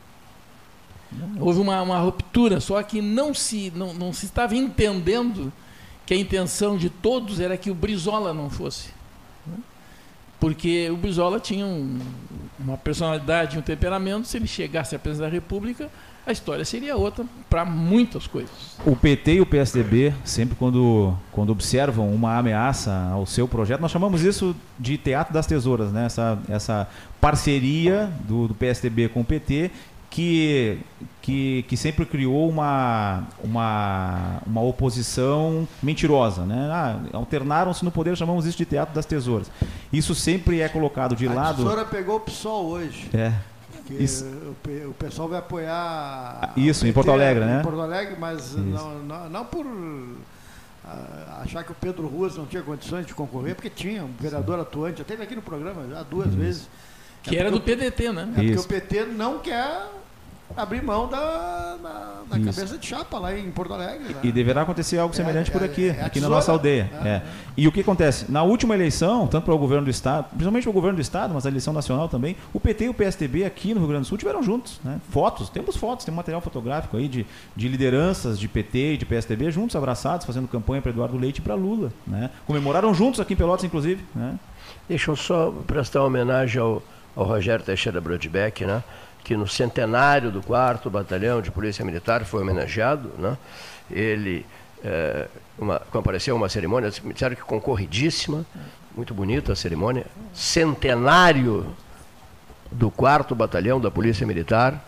Houve uma, uma ruptura, só que não se, não, não se estava entendendo que a intenção de todos era que o Brizola não fosse. Né? Porque o Brizola tinha um, uma personalidade, um temperamento, se ele chegasse à presidência da República, a história seria outra para muitas coisas. O P T e o P S D B, sempre quando, quando observam uma ameaça ao seu projeto, nós chamamos isso de Teatro das Tesouras, né? essa, essa parceria do, do P S D B com o P T, que, que, que sempre criou uma, uma, uma oposição mentirosa. Né? Ah, alternaram-se no poder, chamamos isso de Teatro das Tesouras. Isso sempre é colocado de a lado... A tesoura pegou o P SOL hoje. É. Isso. O, o pessoal vai apoiar... Isso, em Porto Alegre, né? Em Porto Alegre, mas não, não, não por uh, achar que o Pedro Ruas não tinha condições de concorrer, porque tinha um vereador atuante, já esteve aqui no programa já duas Isso. vezes. Que é era do P D T, né? É porque Isso. o P T não quer abrir mão da, da, da cabeça de chapa lá em Porto Alegre. Né? E deverá acontecer algo semelhante é, por aqui, é, é aqui na nossa aldeia. É, é. é. E o que acontece? Na última eleição, tanto para o governo do Estado, principalmente para o governo do Estado, mas a eleição nacional também, o P T e o P S D B aqui no Rio Grande do Sul tiveram juntos. Né? Fotos, temos fotos, tem material fotográfico aí de, de lideranças de P T e de P S D B juntos, abraçados, fazendo campanha para Eduardo Leite e para Lula. Né? Comemoraram juntos aqui em Pelotas, inclusive. Né? Deixa eu só prestar homenagem ao, ao Rogério Teixeira Brodbeck, né? Que no centenário do quarto Batalhão de Polícia Militar foi homenageado, né? Ele é, uma, compareceu a uma cerimônia, me disseram que concorridíssima, muito bonita a cerimônia, centenário do quarto Batalhão da Polícia Militar.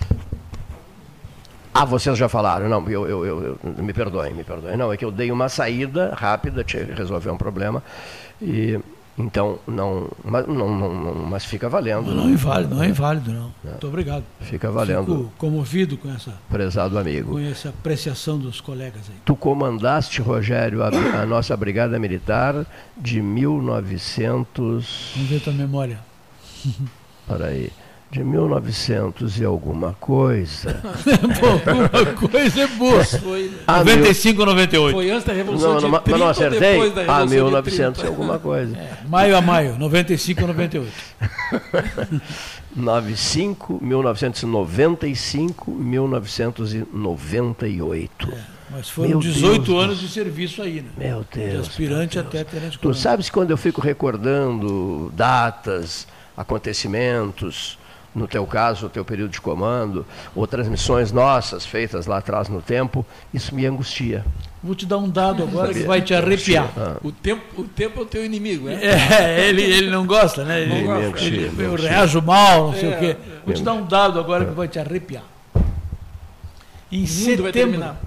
Ah, vocês já falaram, não, eu, eu, eu, eu, me perdoem, me perdoem, não, é que eu dei uma saída rápida, tinha que resolver um problema, e... Então, não mas, não, não, não, mas fica valendo. Não, não é inválido, não é inválido, não. Muito obrigado. Fica valendo. Fico comovido com essa, prezado amigo. Com essa apreciação dos colegas aí. Tu comandaste, Rogério, a, a nossa Brigada Militar de mil e novecentos... Vamos ver tua memória. Para aí. De mil e novecentos e alguma coisa. Bom, alguma coisa é boa. Foi noventa e cinco ou noventa e oito. Foi antes da Revolução não, de não, trinta não acertei? Depois da Revolução ah, mil e de novecentos e trinta. alguma coisa. É, maio a maio, noventa e cinco ou noventa e oito. noventa e cinco, mil novecentos e noventa e cinco, mil novecentos e noventa e oito. É, mas foram Meu dezoito Deus anos Deus. de serviço aí, né? Meu Deus. De aspirante meu Deus. até tenente Tu coronel. sabes quando eu fico recordando datas, acontecimentos, no teu caso, o teu período de comando, ou transmissões nossas feitas lá atrás no tempo, isso me angustia. Vou te dar um dado agora que vai te arrepiar. Ah. O tempo, o tempo é o teu inimigo, né? É, ele, ele não gosta, né? Ele, Não ele, gosta. ele- Mentira, eu mentira. reajo mal, não sei É, o quê. é. Vou te dar um dado agora que vai te arrepiar. Em O mundo vai setembro, terminar.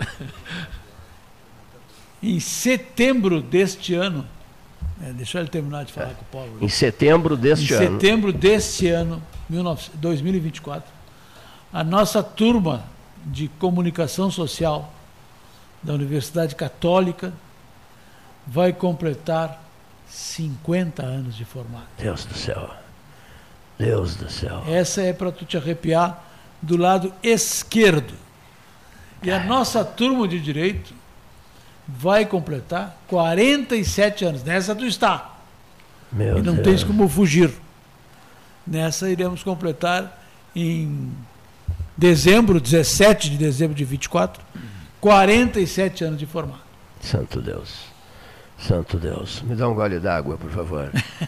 em setembro deste ano, é, deixa ele terminar de falar com o Paulo. Em setembro deste Em ano. setembro deste ano, dois mil e vinte e quatro, a nossa turma de comunicação social da Universidade Católica vai completar cinquenta anos de formado. Deus do céu. Deus do céu. Essa é para tu te arrepiar do lado esquerdo. E a nossa turma de direito vai completar quarenta e sete anos. Nessa tu está. Meu E não Deus. tens como fugir. Nessa iremos completar em dezembro, dezessete de dezembro de vinte e quatro, quarenta e sete anos de formado. Santo Deus. Santo Deus. Me dá um gole d'água, por favor.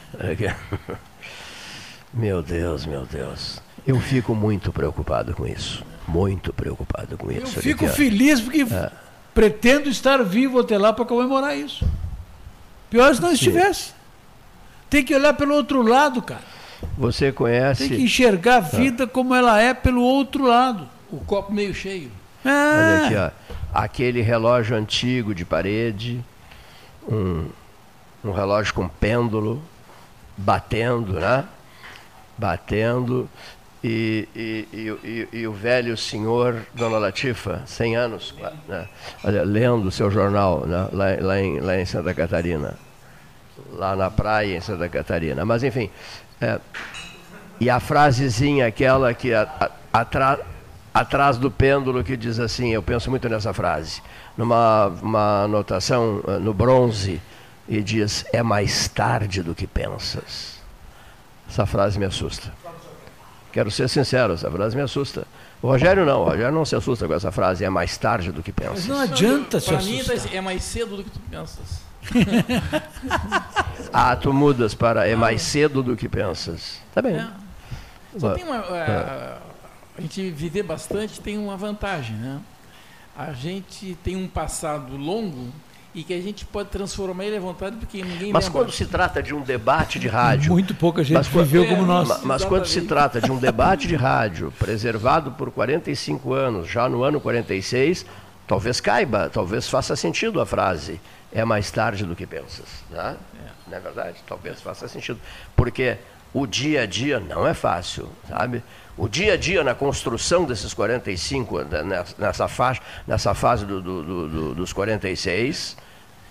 Meu Deus, meu Deus. Eu fico muito preocupado com isso. Muito preocupado com Eu isso. fico Olha aqui, ó. feliz porque pretendo estar vivo até lá para comemorar isso. Pior se não estivesse. Tem que olhar pelo outro lado, cara. Você conhece... Tem que enxergar a vida como ela é pelo outro lado. O copo meio cheio. É. Olha aqui, ó. Aquele relógio antigo de parede, um, um relógio com pêndulo, batendo, né? Batendo, e, e, e, e, e o velho senhor, Dona Latifa, cem anos, né? Olha, lendo o seu jornal, né? lá, lá, em, lá em Santa Catarina, lá na praia em Santa Catarina. Mas, enfim, é, e a frasezinha aquela que a, a, atrás... atrás do pêndulo, que diz assim, eu penso muito nessa frase, numa uma anotação uh, no bronze, e diz, é mais tarde do que pensas. Essa frase me assusta. Quero ser sincero, essa frase me assusta. O Rogério não, o Rogério não se assusta com essa frase, é mais tarde do que Mas pensas. não adianta se Para mim assustar. é mais cedo do que tu pensas. Ah, tu mudas para é mais cedo do que pensas. Tá bem. É. Só Mas- tem uma, a, a gente viver bastante tem uma vantagem, né? A gente tem um passado longo e que a gente pode transformar ele à vontade porque ninguém Mas lembra. quando se trata de um debate de rádio, Muito pouca gente Mas quando- viveu É, como nós. Ma- Mas quando se trata de um debate de rádio preservado por quarenta e cinco anos, já no ano quarenta e seis, talvez caiba, talvez faça sentido a frase, é mais tarde do que pensas. Né? Não é verdade? Talvez faça sentido. Porque o dia a dia não é fácil, sabe? O dia a dia na construção desses quarenta e cinco, nessa, nessa, faixa, nessa fase do, do, do, do, dos quarenta e seis,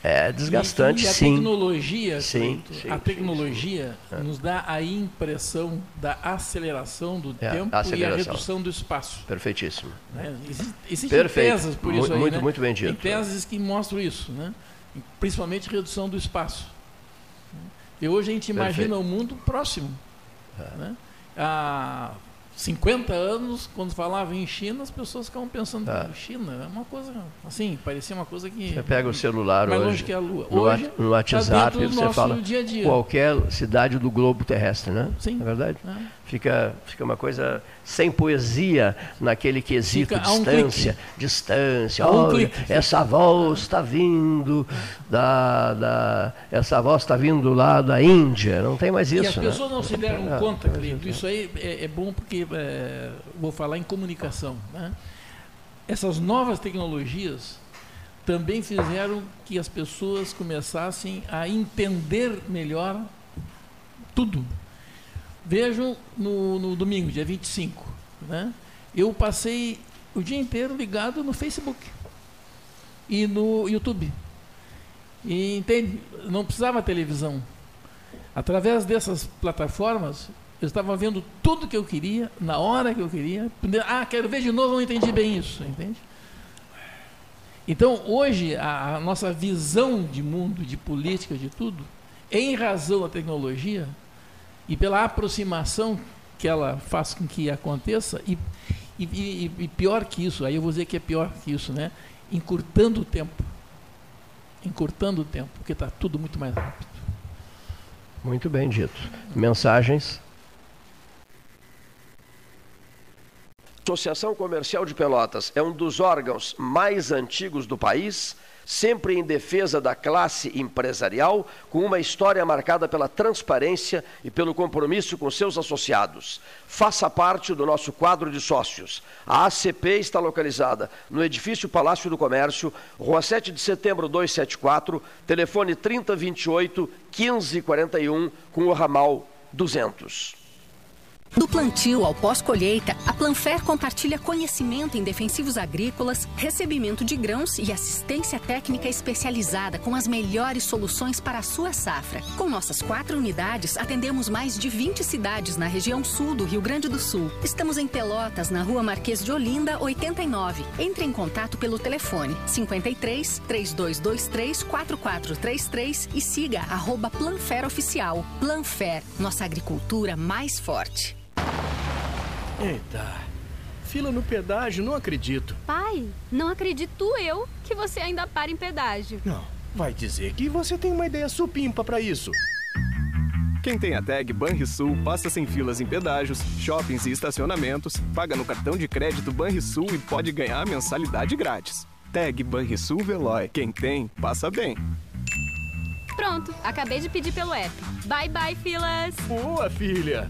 É desgastante, e, e a sim. Tecnologia, sim, Cleito, sim, a tecnologia sim, sim. nos dá a impressão da aceleração do é, tempo aceleração. e a redução do espaço. Perfeitíssimo. Né? Existem existe Perfeito. teses por muito, isso aí, muito, né? muito bem dito. Tem teses que mostram isso, né? Principalmente redução do espaço. E hoje a gente imagina Perfeito. o mundo próximo. É. Né? Há cinquenta anos, quando falava em China, as pessoas ficavam pensando em é. China. É uma coisa assim, parecia uma coisa que... Você pega o celular mais hoje, longe que a Lua. No, hoje, no WhatsApp, tá você fala dia a dia. qualquer cidade do globo terrestre, né? Sim. É verdade? É. Fica, fica uma coisa sem poesia naquele quesito fica distância. Um distância. Um Olha, essa voz está vindo da, da... Essa voz está vindo lá da Índia. Não tem mais isso, E as né? pessoas não se deram é, conta, Cleito. é, Isso aí é, é bom porque... É, vou falar em comunicação. Né? Essas novas tecnologias também fizeram que as pessoas começassem a entender melhor tudo. Vejam no, no domingo, dia vinte e cinco, né? Eu passei o dia inteiro ligado no Facebook e no YouTube. E entende? Não precisava televisão. Através dessas plataformas, eu estava vendo tudo que eu queria, na hora que eu queria. Ah, quero ver de novo, não entendi bem isso, entende? Então, hoje, a, a nossa visão de mundo, de política, de tudo, em razão da tecnologia e pela aproximação que ela faz com que aconteça, e, e, e, e pior que isso, aí eu vou dizer que é pior que isso, né? Encurtando o tempo. Encurtando o tempo, porque está tudo muito mais rápido. Muito bem dito. Mensagens? A Associação Comercial de Pelotas é um dos órgãos mais antigos do país, sempre em defesa da classe empresarial, com uma história marcada pela transparência e pelo compromisso com seus associados. Faça parte do nosso quadro de sócios. A A C P está localizada no edifício Palácio do Comércio, Rua sete de setembro duzentos e setenta e quatro, telefone trinta, vinte e oito, quinze, quarenta e um, com o ramal duzentos. Do plantio ao pós-colheita, a Planfer compartilha conhecimento em defensivos agrícolas, recebimento de grãos e assistência técnica especializada com as melhores soluções para a sua safra. Com nossas quatro unidades, atendemos mais de vinte cidades na região sul do Rio Grande do Sul. Estamos em Pelotas, na Rua Marquês de Olinda, oitenta e nove. Entre em contato pelo telefone cinquenta e três, três dois dois três, quatro quatro três três e siga arroba Planfer Oficial. Planfer, nossa agricultura mais forte. Eita, fila no pedágio, não acredito. Pai, não acredito eu que você ainda para em pedágio. Não, vai dizer que você tem uma ideia supimpa pra isso. Quem tem a tag Banrisul passa sem filas em pedágios, shoppings e estacionamentos, paga no cartão de crédito Banrisul e pode ganhar a mensalidade grátis. Tag Banrisul Veloy. Quem tem, passa bem. Pronto, acabei de pedir pelo app. Bye, bye, filas. Boa, filha.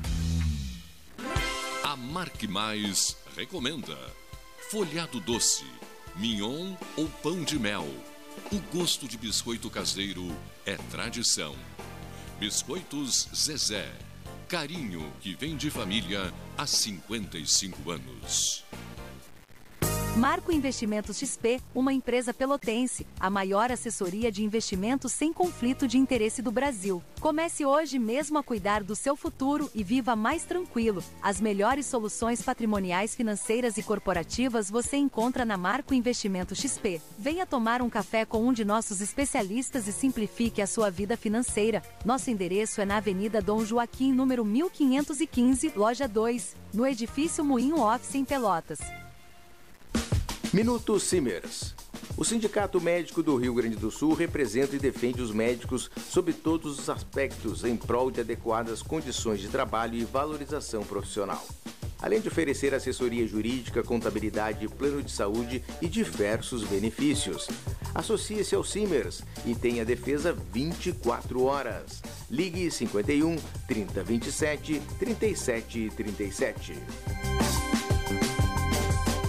A Marque Mais recomenda folhado doce, mignon ou pão de mel. O gosto de biscoito caseiro é tradição. Biscoitos Zezé, carinho que vem de família há cinquenta e cinco anos. Marco Investimentos X P, uma empresa pelotense, a maior assessoria de investimentos sem conflito de interesse do Brasil. Comece hoje mesmo a cuidar do seu futuro e viva mais tranquilo. As melhores soluções patrimoniais, financeiras e corporativas você encontra na Marco Investimentos X P. Venha tomar um café com um de nossos especialistas e simplifique a sua vida financeira. Nosso endereço é na Avenida Dom Joaquim, número mil quinhentos e quinze, loja dois, no edifício Moinho Office em Pelotas. Minuto Simers. O Sindicato Médico do Rio Grande do Sul representa e defende os médicos sob todos os aspectos em prol de adequadas condições de trabalho e valorização profissional. Além de oferecer assessoria jurídica, contabilidade, plano de saúde e diversos benefícios. Associe-se ao Simers e tenha defesa vinte e quatro horas. Ligue cinquenta e um, trinta, vinte e sete, trinta e sete, trinta e sete.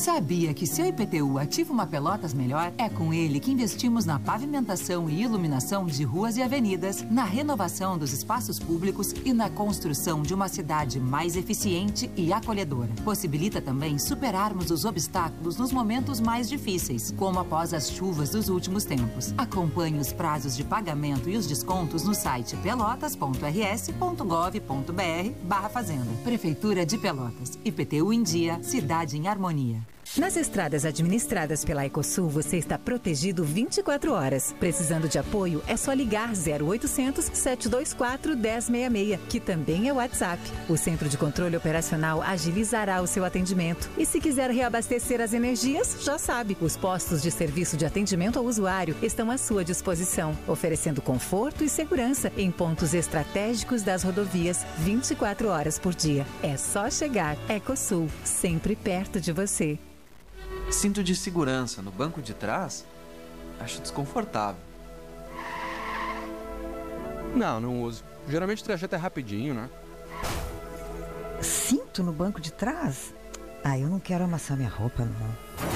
Sabia que se o I P T U ativa uma Pelotas melhor, é com ele que investimos na pavimentação e iluminação de ruas e avenidas, na renovação dos espaços públicos e na construção de uma cidade mais eficiente e acolhedora. Possibilita também superarmos os obstáculos nos momentos mais difíceis, como após as chuvas dos últimos tempos. Acompanhe os prazos de pagamento e os descontos no site pelotas ponto r s ponto gov ponto b r barra fazenda. Prefeitura de Pelotas. I P T U em dia, cidade em harmonia. Nas estradas administradas pela Ecosul, você está protegido vinte e quatro horas. Precisando de apoio, é só ligar zero oitocentos, sete dois quatro, um zero seis seis, que também é WhatsApp. O Centro de Controle Operacional agilizará o seu atendimento. E se quiser reabastecer as energias, já sabe, os postos de serviço de atendimento ao usuário estão à sua disposição, oferecendo conforto e segurança em pontos estratégicos das rodovias vinte e quatro horas por dia. É só chegar. Ecosul, sempre perto de você. Cinto de segurança no banco de trás? Acho desconfortável. Não, não uso. Geralmente o trajeto é rapidinho, né? Cinto no banco de trás? Ah, eu não quero amassar minha roupa, não.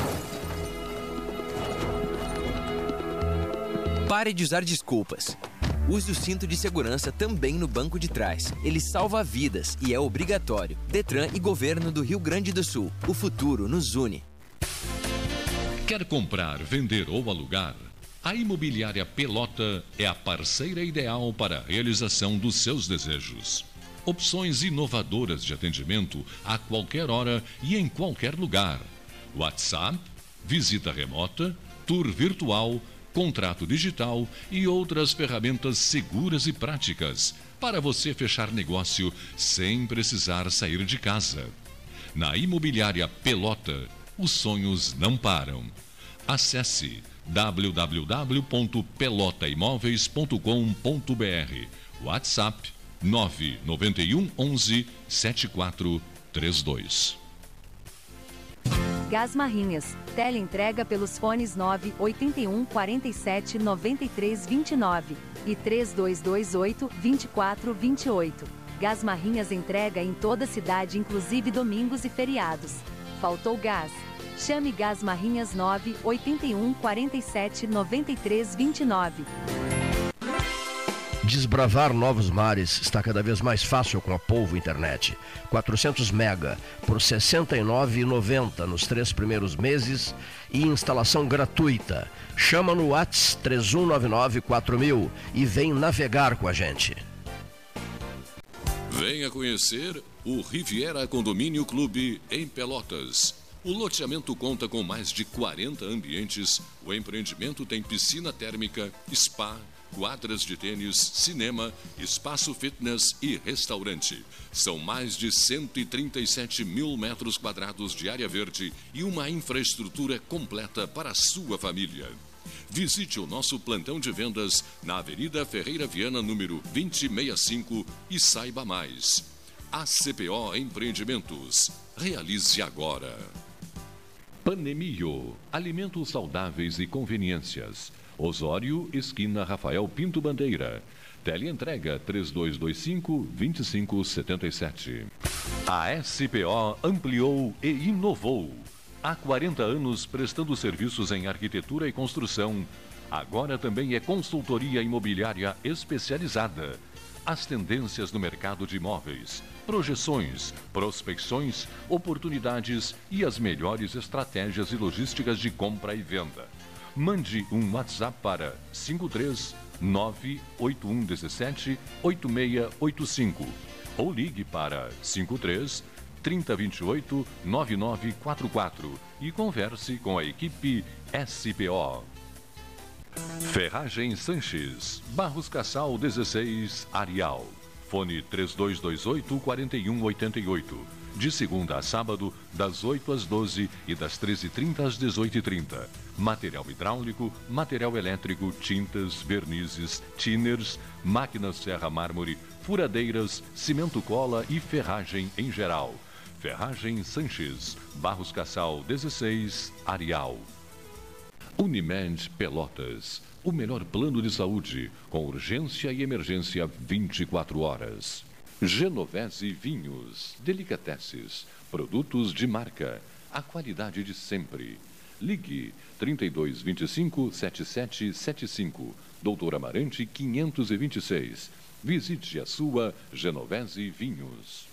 Pare de usar desculpas. Use o cinto de segurança também no banco de trás. Ele salva vidas e é obrigatório. Detran e Governo do Rio Grande do Sul. O futuro nos une. Quer comprar, vender ou alugar? A Imobiliária Pelota é a parceira ideal para a realização dos seus desejos. Opções inovadoras de atendimento a qualquer hora e em qualquer lugar. WhatsApp, visita remota, tour virtual, contrato digital e outras ferramentas seguras e práticas para você fechar negócio sem precisar sair de casa. Na Imobiliária Pelota, os sonhos não param. Acesse w w w ponto pelota imóveis ponto com ponto b r. WhatsApp nove nove um onze sete quatro três dois. Gás Marrinhas. Teleentrega pelos fones nove oito um quatro sete nove três dois nove e três dois dois oito, dois quatro dois oito. Gás Marrinhas entrega em toda a cidade, inclusive domingos e feriados. Faltou gás? Chame Gás Marrinhas nove oito um quatro sete nove três dois nove. Desbravar novos mares está cada vez mais fácil com a Polvo Internet. quatrocentos mega por sessenta e nove reais e noventa centavos nos três primeiros meses e instalação gratuita. Chama no WhatsApp três um nove nove quatro mil e vem navegar com a gente. Venha conhecer o Riviera Condomínio Clube em Pelotas. O loteamento conta com mais de quarenta ambientes. O empreendimento tem piscina térmica, spa, quadras de tênis, cinema, espaço fitness e restaurante. São mais de cento e trinta e sete mil metros quadrados de área verde e uma infraestrutura completa para a sua família. Visite o nosso plantão de vendas na Avenida Ferreira Viana, número vinte e sessenta e cinco e saiba mais. A C P O Empreendimentos. Realize agora. Panemio, alimentos saudáveis e conveniências. Osório, esquina Rafael Pinto Bandeira. Teleentrega três dois dois cinco, dois cinco sete sete. A S P O ampliou e inovou. Há quarenta anos prestando serviços em arquitetura e construção. Agora também é consultoria imobiliária especializada. As tendências no mercado de imóveis, projeções, prospecções, oportunidades e as melhores estratégias e logísticas de compra e venda. Mande um WhatsApp para cinco três nove oito um um sete oito seis oito cinco ou ligue para cinco três trinta vinte e oito nove nove quatro quatro e converse com a equipe S P O. Ferragem Sanches, Barros Cassal dezesseis, Arial. Fone três dois dois oito, quatro um oito oito. De segunda a sábado, das oito às doze e das treze e trinta às dezoito e trinta. Material hidráulico, material elétrico, tintas, vernizes, tinners, máquinas serra mármore, furadeiras, cimento cola e ferragem em geral. Ferragem Sanches, Barros Cassal dezesseis, Arial. Unimed Pelotas, o melhor plano de saúde, com urgência e emergência vinte e quatro horas. Genovese Vinhos, Delicateces, produtos de marca. a qualidade de sempre. Ligue trinta e dois, vinte e cinco, setenta e sete setenta e cinco, Doutor Amarante quinhentos e vinte e seis. Visite a sua Genovese Vinhos.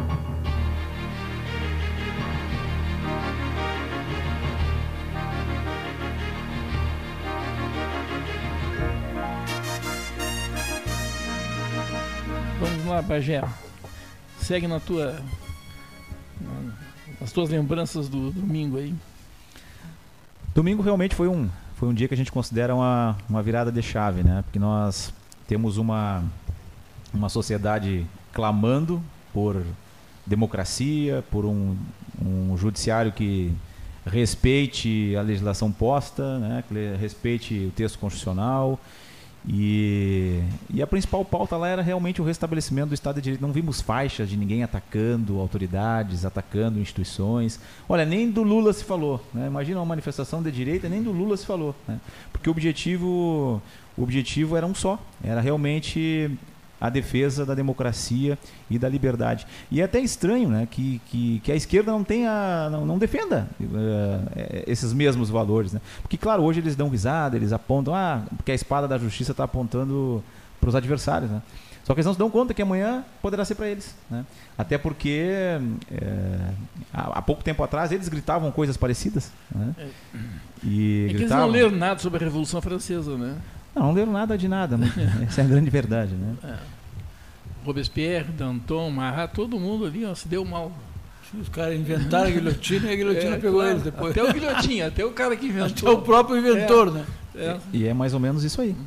Vamos lá, Bagé. Segue na tua, nas tuas lembranças do domingo aí. Domingo realmente foi um, foi um dia que a gente considera uma, uma virada de chave, né? Porque nós temos uma, uma sociedade clamando por democracia, por um, um judiciário que respeite a legislação posta, né? Que respeite o texto constitucional. E, e a principal pauta lá era realmente o restabelecimento do Estado de Direito. Não vimos faixas de ninguém atacando autoridades, atacando instituições. Olha, nem do Lula se falou, né? Imagina uma manifestação de direita, nem do Lula se falou, né? Porque o objetivo, o objetivo era um só, era realmente a defesa da democracia e da liberdade. E é até estranho, né, que, que, que a esquerda não tenha, não, não defenda uh, esses mesmos valores, né? Porque, claro, hoje eles dão risada, eles apontam, ah, porque a espada da justiça está apontando para os adversários, né? Só que eles não se dão conta que amanhã poderá ser para eles, né? Até porque é, há, há pouco tempo atrás eles gritavam coisas parecidas, né? É, e é que gritavam... eles não leram nada sobre a Revolução Francesa, né? Não, não leram nada de nada, mas essa é a grande verdade, né? É. Robespierre, Danton, Marat, todo mundo ali, ó, se deu mal. Os caras inventaram a guilhotina e a guilhotina é, pegou claro, eles depois. Até o guilhotinha, até o cara que inventou. Até o próprio inventor, é, né? É. E é mais ou menos isso aí.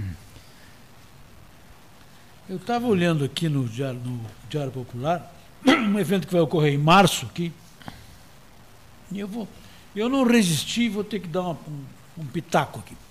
Eu estava olhando aqui no Diário, no Diário Popular, um evento que vai ocorrer em março aqui, e eu vou, eu não resisti, vou ter que dar uma, um, um pitaco aqui.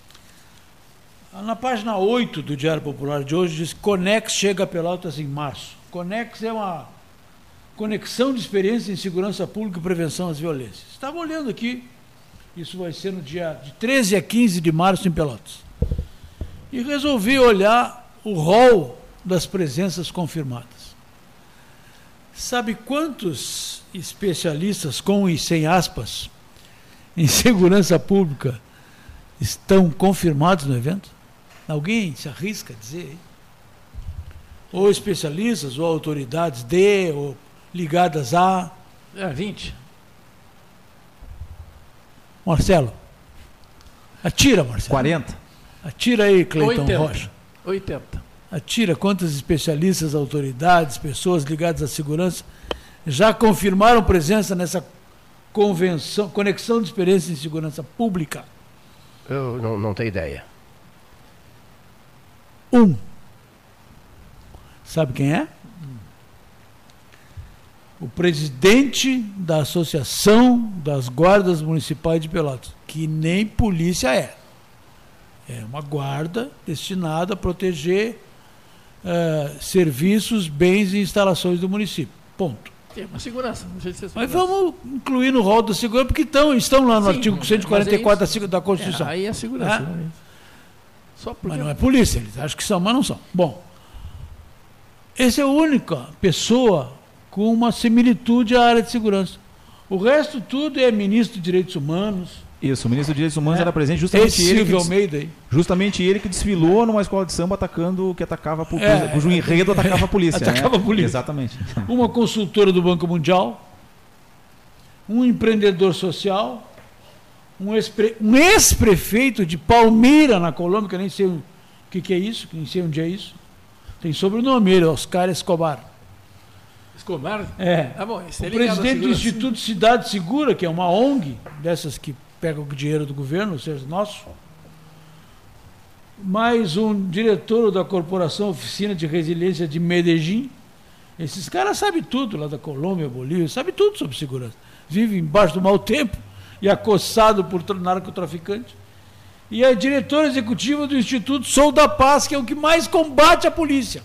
Na página oito do Diário Popular de hoje diz que Conex chega a Pelotas em março. Conex é uma conexão de experiência em segurança pública e prevenção às violências. Estava olhando aqui, isso vai ser no dia de treze a quinze de março em Pelotas. E resolvi olhar o rol das presenças confirmadas. Sabe quantos especialistas, com e sem aspas, em segurança pública estão confirmados no evento? Alguém se arrisca a dizer aí? Ou especialistas, ou autoridades de, ou ligadas a... É, vinte. Marcelo. Atira, Marcelo. quarenta. Atira aí, Cleiton oitenta. Rocha. oitenta. Atira quantas especialistas, autoridades, pessoas ligadas à segurança já confirmaram presença nessa convenção, conexão de experiência em segurança pública? Eu não, não tenho ideia. Um. Sabe quem é? O presidente da Associação das Guardas Municipais de Pelotas, que nem polícia é. É uma guarda destinada a proteger uh, serviços, bens e instalações do município. Ponto. É uma segurança. Não sei se é segurança. Mas vamos incluir no rol da segurança, porque estão, estão lá no Sim, artigo cento e quarenta e quatro é da, da Constituição. É, aí é segurança. É? Só porque... Mas não é polícia, eles acham que são, mas não são. Bom, essa é a única pessoa com uma similitude à área de segurança. O resto tudo é ministro de Direitos Humanos. Isso, o ministro de Direitos Humanos É. era presente justamente Esse ele. Silvio Que, Almeida aí. justamente ele que desfilou numa escola de samba atacando, que atacava a polícia, É, cujo enredo atacava a polícia. atacava né? a polícia. Exatamente. Uma consultora do Banco Mundial, um empreendedor social, um ex-pre- um ex-prefeito de Palmira, na Colômbia, que eu nem sei o que, que é isso, que nem sei onde é isso. Tem sobrenome ele, Oscar Escobar. Escobar? É. Ah, bom, esse é O ligado à presidente do segurança. Instituto Cidade Segura, que é uma O N G, dessas que pegam o dinheiro do governo, ou seja, nosso. Mais um diretor da Corporação Oficina de Resiliência de Medellín. Esses caras sabem tudo lá da Colômbia, Bolívia, sabem tudo sobre segurança. Vivem embaixo do mau tempo e acossado por tra- narcotraficante. E a diretora executiva do Instituto Sou da Paz, que é o que mais combate a polícia.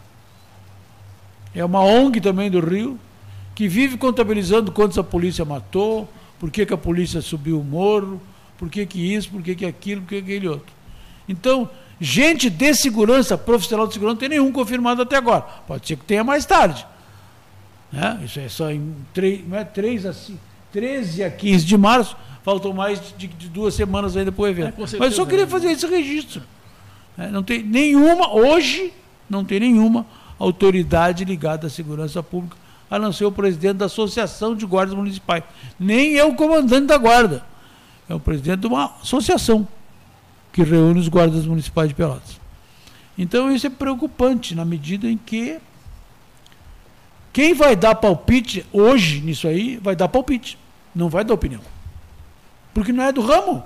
É uma O N G também do Rio, que vive contabilizando quantos a polícia matou, por que, que a polícia subiu o morro, por que, que isso, por que, que aquilo, por que, que aquele outro. Então, gente de segurança, profissional de segurança, não tem nenhum confirmado até agora. Pode ser que tenha mais tarde. Né? Isso é só em três, não é três a cinco, treze a quinze de março, faltam mais de, de duas semanas ainda para o evento. É, mas eu só queria fazer esse registro. É, não tem nenhuma, hoje, não tem nenhuma autoridade ligada à segurança pública, a não ser o presidente da Associação de Guardas Municipais. Nem é o comandante da guarda. É o presidente de uma associação que reúne os guardas municipais de Pelotas. Então isso é preocupante, na medida em que quem vai dar palpite hoje nisso aí, vai dar palpite, não vai dar opinião. Porque não é do ramo.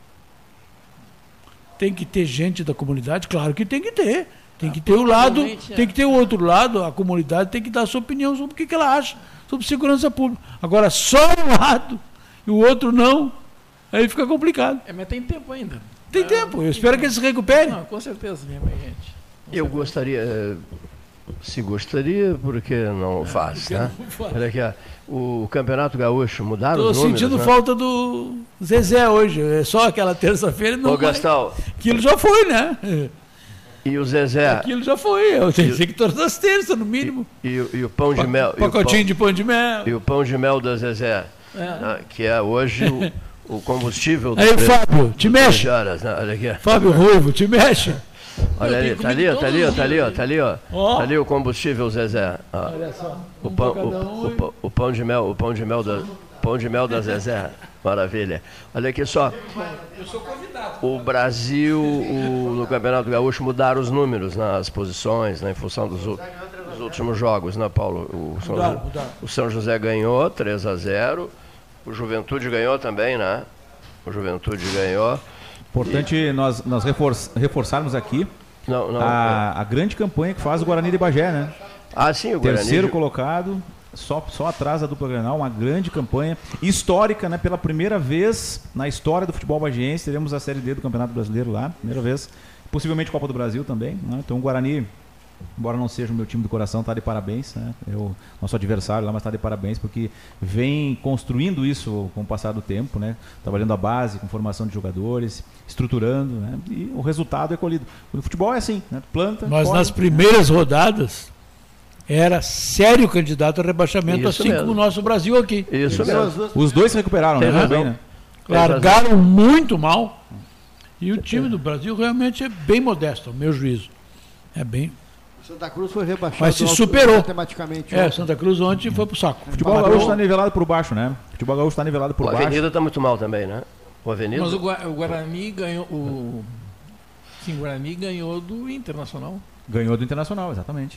Tem que ter gente da comunidade, claro que tem que ter. Tem que ter o lado, tem que ter o outro lado, a comunidade tem que dar a sua opinião sobre o que, que ela acha sobre segurança pública. Agora, só um lado e o outro não, aí fica complicado. É, mas tem tempo ainda. Tem ah, tempo, eu espero que eles se recuperem. Não, com certeza, minha gente. Com eu certeza. gostaria, se gostaria, porque não faz, porque né? não faz. Olha aqui, ó, o Campeonato Gaúcho, mudaram Tô os números, sentindo né? falta do Zezé hoje, é só aquela terça-feira. Não Ô, Gastão. Aquilo já foi, né? E o Zezé. Aquilo já foi, eu tenho que todas as terças, no mínimo. E, e, e o pão de mel. Pacotinho pão, de pão de mel. E o pão de mel da Zezé, É. né, que é hoje o, o combustível. Aí, Fábio, te mexe. Horas, né? Olha aqui. Fábio Ruivo, te mexe. Olha ali, tá ali, ó, tá ali, ó, tá ali, ó, tá ali, ó. Ó. Tá ali o combustível, Zezé. Ó. Olha só. O pão, o, o, pão- o pão de mel, o pão de mel da, pão de mel da Zezé. Maravilha. Olha aqui só. Eu sou convidado. O Brasil, o, no Campeonato Gaúcho, mudaram os números nas posições, né, em função dos, u- dos últimos jogos, né, Paulo? O São, Mudaram, Jo- mudaram. o São José ganhou três a zero. O Juventude ganhou também, né? O Juventude ganhou. Importante nós, nós reforç- reforçarmos aqui Não, não, a, a grande campanha que faz o Guarani de Bagé, né? Ah, sim, o Guarani. Terceiro colocado, só, só atrás da dupla Grenal, uma grande campanha histórica, né? Pela primeira vez na história do futebol bagiense, teremos a Série D do Campeonato Brasileiro lá, primeira vez. Possivelmente Copa do Brasil também, né? Então o Guarani, embora não seja o meu time do coração, está de parabéns, né? Eu, nosso adversário lá, mas está de parabéns porque vem construindo isso com o passar do tempo, né? Trabalhando a base, com formação de jogadores, estruturando, né? E o resultado é colhido. O futebol é assim, né? Planta, Mas colhe, nas primeiras rodadas era sério candidato a rebaixamento, Isso assim mesmo. como o nosso Brasil aqui. Isso mesmo. Os dois se recuperaram, Tem né? razão. Bem, né? Largaram muito mal. E o time do Brasil realmente é bem modesto, ao meu juízo. É bem. Santa Cruz foi rebaixado. Mas se auto- superou. Matematicamente. É, ontem. Santa Cruz ontem foi pro saco. O futebol gaúcho está nivelado por baixo, né? O futebol gaúcho está nivelado por O baixo. Avenida está muito mal também, né? O Avenida. Mas o, Gua- o Guarani ganhou. O, sim, o Guarani ganhou do Internacional. Ganhou do Internacional, exatamente.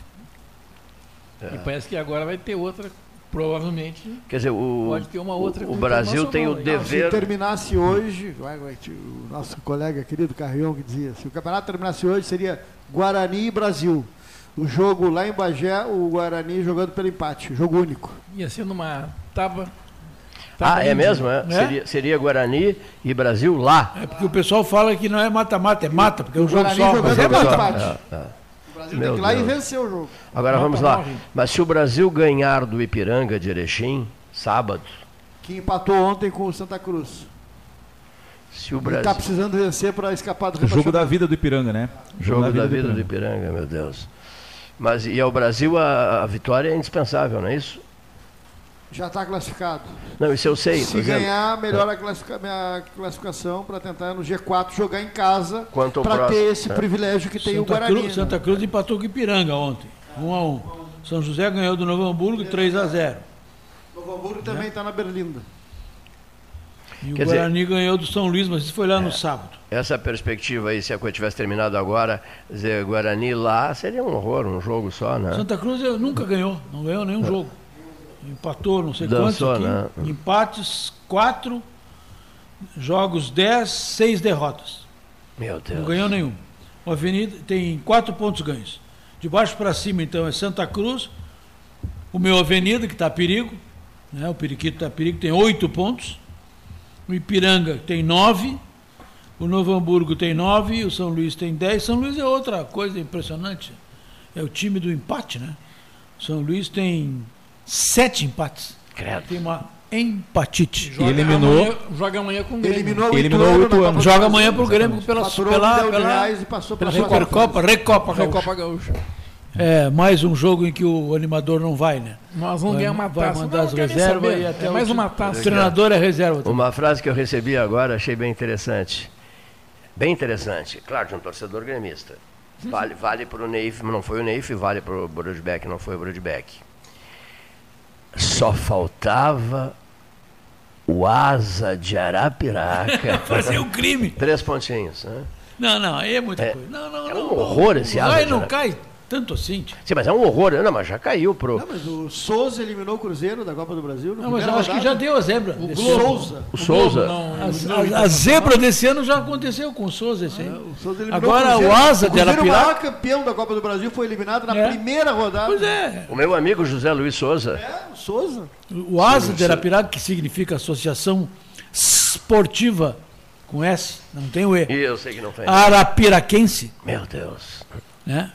E parece que agora vai ter outra, provavelmente. Quer dizer, o, Pode ter uma outra o, com o Brasil tem o Internacional, Se dever. terminasse hoje, vai, vai, o nosso colega querido Carrion que dizia, se o campeonato terminasse hoje seria Guarani e Brasil. O jogo lá em Bagé, o Guarani jogando pelo empate, jogo único. Ia ser numa tábua. Ah, é mesmo? É? É? Seria, seria Guarani e Brasil lá. É porque o pessoal fala que não é mata-mata, é mata, porque é um O jogo Guarani só. jogando Mas é pelo mata- empate. É, é. O Brasil Meu tem que ir lá Deus. e vencer o jogo. Agora Mata vamos lá. morre. Mas se o Brasil ganhar do Ipiranga de Erechim, sábado, Que empatou ontem com o Santa Cruz. se o Está Brasil. precisando vencer para escapar do O jogo rebaixamento. da vida do Ipiranga, né? Jogo da vida do Ipiranga, meu Deus. Mas e ao Brasil a, a vitória é indispensável, não é isso? Já está classificado. Não, isso eu sei. Se tô dizendo. ganhar, melhora a classifica- minha classificação para tentar no G quatro jogar em casa Quanto ao para próximo, ter esse né? privilégio que tem o Santa Guarani. Cruz, Santa Cruz empatou com o Ipiranga ontem, um a um. São José ganhou do Novo Hamburgo três a zero. Novo Hamburgo também está na Berlinda. E o Quer dizer- Guarani ganhou do São Luís, mas isso foi lá no sábado. Essa perspectiva aí, se a coisa tivesse terminado agora, dizer Guarani lá, seria um horror, um jogo só, né? Santa Cruz eh, nunca ganhou, não ganhou nenhum jogo. Empatou não sei Dançou, quantos aqui. né? Empates, quatro, jogos dez, seis derrotas. Meu Deus. Não ganhou nenhum. O Avenida tem quatro pontos ganhos. De baixo para cima, então, é Santa Cruz. O meu Avenida, que está a perigo. Né? O Periquito está a perigo, tem oito pontos. O Ipiranga tem nove. O Novo Hamburgo tem nove. O São Luís tem dez. São Luís é outra coisa impressionante. É o time do empate, né? O São Luís tem sete empates. Credo. Tem uma empatite. Joga eliminou- amanhã- joga amanhã com o Grêmio. Eliminou o Eliminou Ituano oito na Copa anos. do Joga Brasil. amanhã pro Grêmio pela, Faturou um pela, milhão de pela, reais e passou pela para a Recopa, Recopa, Recopa, Recopa Gaúcha. É mais um jogo em que o animador não vai, né? Nós vamos ganhar uma vai taça. mandar Não, as não quero nem reservas saber. e até É o mais ti- uma taça. O treinador é reserva. também. Uma frase que eu recebi agora, achei bem interessante. Bem interessante. Claro, de um torcedor gremista. Vale, vale para o Neif, não foi o Neif, vale para o Brodbeck, não foi o Brodbeck. Só faltava o Asa de Arapiraca. Fazer o crime. Três pontinhos, né? Não, não, aí é muita É, coisa. Não, não, é não, um horror esse Asa Vai, de não Arapiraca. cai tanto assim. Sim, mas é um horror. Não, mas já caiu pro... Não, mas o Souza eliminou o Cruzeiro da Copa do Brasil. Não, mas eu acho que já deu a zebra. O desse Souza. ano. O Souza. A, a, a zebra desse ano já aconteceu com o Souza. Esse aí. O Souza eliminou Agora Cruzeiro. o Asa de O Cruzeiro, o Arapiraca. maior campeão da Copa do Brasil, foi eliminado na É. primeira rodada. Pois é. O meu amigo José Luiz Souza. É, o Souza. O Asa de Arapiraca, que significa Associação Esportiva, com S, não tem o E. E eu sei que não tem. Arapiraquense. Meu Deus. Né?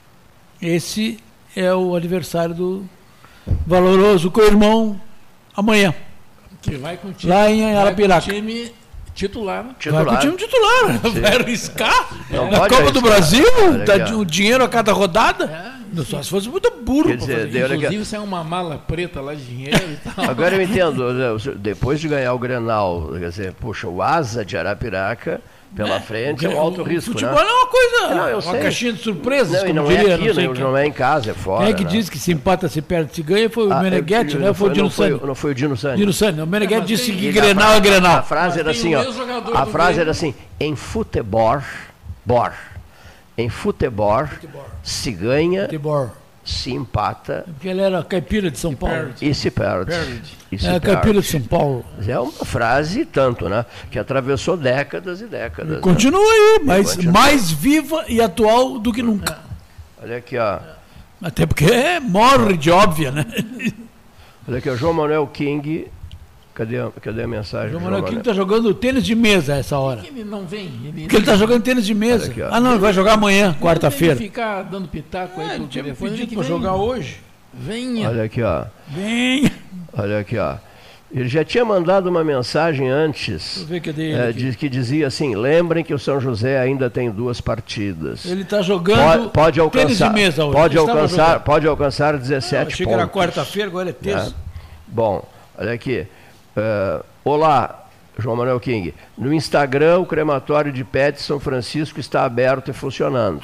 Esse é o aniversário do valoroso co-irmão amanhã. Que vai com o time, Lá em vai com Arapiraca. o time titular. Vai com o time titular. Sim. Vai arriscar. Não Na pode Copa do arriscar. Brasil, Olha dá aqui, ó. o dinheiro a cada rodada. Não, só se fosse muito burro Quer pra dizer, fazer deu- isso. Inclusive, isso é uma mala preta lá de dinheiro e tal. Agora eu entendo, né, depois de ganhar o Grenal, quer dizer, puxa, o Asa de Arapiraca pela É, frente é um o alto risco, futebol né? é uma coisa, Não, eu uma sei. caixinha de surpresas, Não, e como não diria, é aqui, não sei não, quem. não é em casa, é fora. Quem é que né? diz que se empata, se perde, se ganha foi o Ah, Meneghetti, eu- né? não Foi o Dino não foi, Sani. não foi o Dino Sani. Dino Sani. O É, Meneghetti mas disse tem- que E Grenal a, é Grenal. A frase Mas era tem assim, o ó. ex-jogador A do frase Grêmio. era assim, em futebol, bor, em futebol, se ganha, Futebol. se empata Porque ele era caipira de São Paulo. e se perde. E se É perde. caipira de São Paulo. É uma frase tanto, né? Que atravessou décadas e décadas. né? Continua aí, mas Continua. mais viva e atual do que nunca. Olha aqui, ó. Até porque é, morre de óbvia, né? Olha aqui, o João Manuel King. Cadê a, cadê a mensagem? O do Manuel João King está jogando tênis de mesa a essa hora. Ele não vem. Ele, Porque ele está jogando tênis de mesa. Olha aqui, ó. Ah, não, ele vai jogar amanhã, Ele quarta-feira. tem que ficar dando pitaco aí É, pelo ele tinha me telefone. pedido que para vem. jogar hoje. Venha. Olha aqui, ó. Vem. Olha aqui, ó. Ele já tinha mandado uma mensagem Deixa eu antes, ver cadê ele é, aqui. de- que dizia assim: lembrem que o São José ainda tem duas partidas. Ele está Pode, jogando pode tênis alcançar, de mesa hoje. pode Ele estava alcançar, jogando. pode alcançar Eu dezessete achei que era pontos. quarta-feira, agora é terça. né? Bom, olha aqui. É, olá, João Manuel King. No Instagram, o crematório de Pet de São Francisco está aberto e funcionando.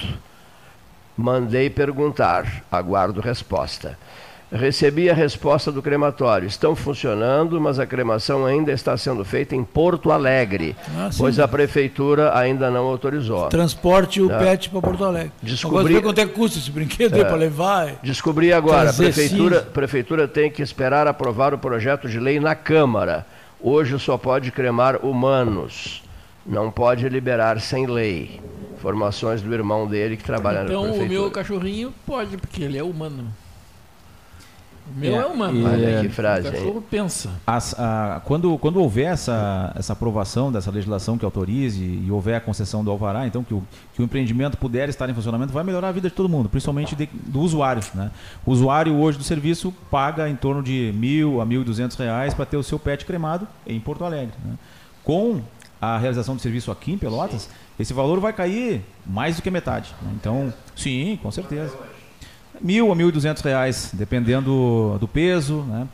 Mandei perguntar, aguardo resposta. Recebi a resposta do crematório. Estão funcionando, mas a cremação ainda está sendo feita em Porto Alegre, Ah, sim. pois a prefeitura ainda não autorizou. Transporte o Né? pet para Porto Alegre. Descobri- Agora ver quanto é que custa esse brinquedo aí É. para levar. Descobri agora, a Trazer prefeitura, cinza. prefeitura tem que esperar aprovar o projeto de lei na Câmara. Hoje só pode cremar humanos. Não pode liberar sem lei. Informações do irmão dele que trabalha na Então o prefeitura. meu cachorrinho pode, porque ele é humano. O meu É, é, humano. e- Olha que O frase, hein? cachorro pensa. As- a- quando, quando houver essa, essa aprovação dessa legislação que autorize e houver a concessão do alvará, então que o, que o empreendimento puder estar em funcionamento, vai melhorar a vida de todo mundo, principalmente de- do usuário. Né? O usuário hoje do serviço paga em torno de mil a mil e duzentos reais para ter o seu pet cremado em Porto Alegre. Né? Com a realização do serviço aqui em Pelotas, esse valor vai cair mais do que metade. Né? Então, sim, com certeza. Mil a mil e duzentos reais, dependendo do peso, né?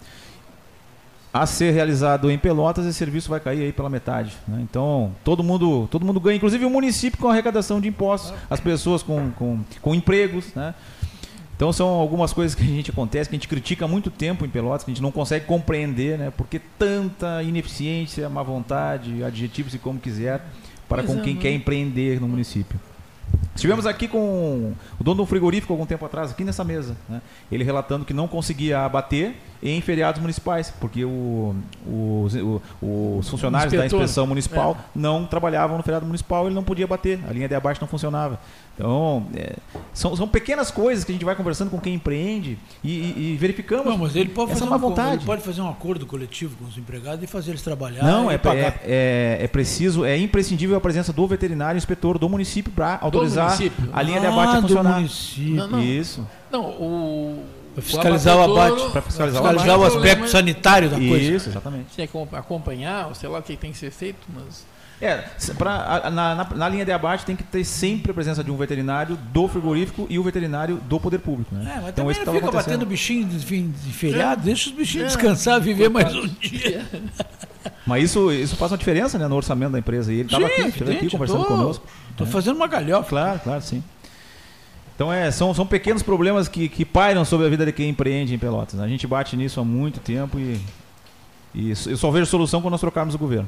A ser realizado em Pelotas, esse serviço vai cair aí pela metade, né? Então, todo mundo, todo mundo ganha, inclusive o município com a arrecadação de impostos, as pessoas com, com, com empregos, né? Então são algumas coisas que a gente acontece, que a gente critica há muito tempo em Pelotas, que a gente não consegue compreender, né? Porque tanta ineficiência, má vontade, adjetivos e como quiser, para Pois com é, quem né? quer empreender no município. Estivemos aqui com o dono de um frigorífico algum tempo atrás, aqui nessa mesa, né? Ele relatando que não conseguia abater em feriados municipais, porque o, o- o- os funcionários da Inspetor. inspeção municipal não trabalhavam no feriado municipal, ele não podia bater, a linha de abaixo não funcionava. Então, é, são, são pequenas coisas que a gente vai conversando com quem empreende e, e- e verificamos Não, mas ele pode, essa fazer má um, vontade. ele pode fazer um acordo coletivo com os empregados e fazer eles trabalhar Não, e é, pagar. é, é, é preciso, é imprescindível a presença do veterinário inspetor do município para autorizar município? a linha de Ah, abate a do funcionar. município. Não, não. Isso. Não, o. Para fiscalizar o abatedor- abate. Para fiscalizar o Fiscalizar o abate. aspecto sanitário da coisa. Isso, exatamente. Tem que acompanhar, ou sei lá o que tem que ser feito, mas É, pra, na, na, na linha de abate tem que ter sempre a presença de um veterinário do frigorífico e o veterinário do poder público, né? É, mas então, também esse não fica batendo bichinho de, fim, de feriado, é. deixa os bichinhos é. descansar, viver mais um dia. Mas isso, isso faz uma diferença, né, no orçamento da empresa. E ele estava aqui, esteve aqui conversando tô, conosco. Estou é. fazendo uma galhofa. Claro, claro, sim. Então é, são, são pequenos problemas que, que pairam sobre a vida de quem empreende em Pelotas. A gente bate nisso há muito tempo e, e eu só vejo solução quando nós trocarmos o governo.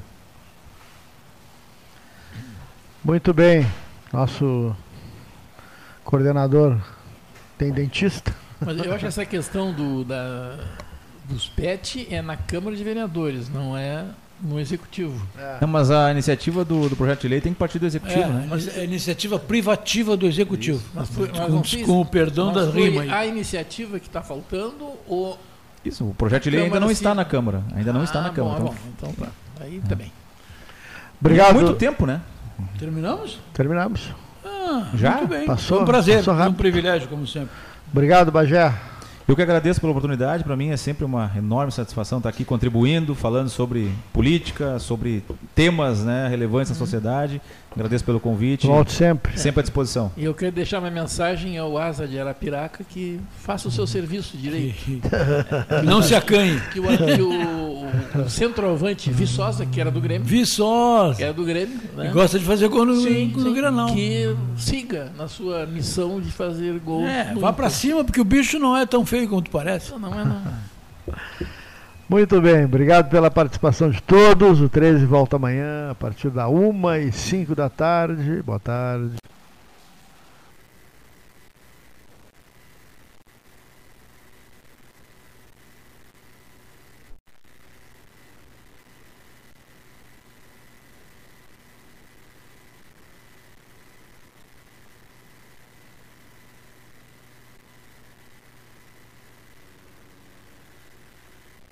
Muito bem. Nosso coordenador tem dentista. Mas eu acho que essa questão do, da, dos pets é na Câmara de Vereadores, não é no Executivo. É. Não, mas a iniciativa do, do projeto de lei tem que partir do Executivo, é, né? Mas é a iniciativa privativa do Executivo. Mas foi, mas com, fiz, com o perdão da rima. Aí. A iniciativa que está faltando ou... Isso, o projeto de lei ainda não se... está na Câmara. Ainda não ah, está na bom, Câmara. Bom, então tá. Aí é. também. Obrigado. Muito tempo, né? Terminamos? Terminamos. Ah, já? Muito bem. Passou? Foi um prazer, passou foi um privilégio, como sempre. Obrigado, Bagé. Eu que agradeço pela oportunidade. Para mim é sempre uma enorme satisfação estar aqui contribuindo, falando sobre política, sobre temas, né, relevantes na sociedade. Agradeço pelo convite. Volto sempre. Sempre à disposição. E eu quero deixar uma mensagem ao Asa de Arapiraca que faça o seu serviço direito. Não se acanhe. Que o, que o, o centroavante Viçosa, que era do Grêmio. Viçosa. Que era do Grêmio. Né? E gosta de fazer gol no, sim, no sim, Granal. Que siga na sua missão de fazer gol. É, vá para cima, porque o bicho não é tão feio como tu parece. Não, não é não. Muito bem, obrigado pela participação de todos. O treze volta amanhã a partir da uma e cinco da tarde. Boa tarde.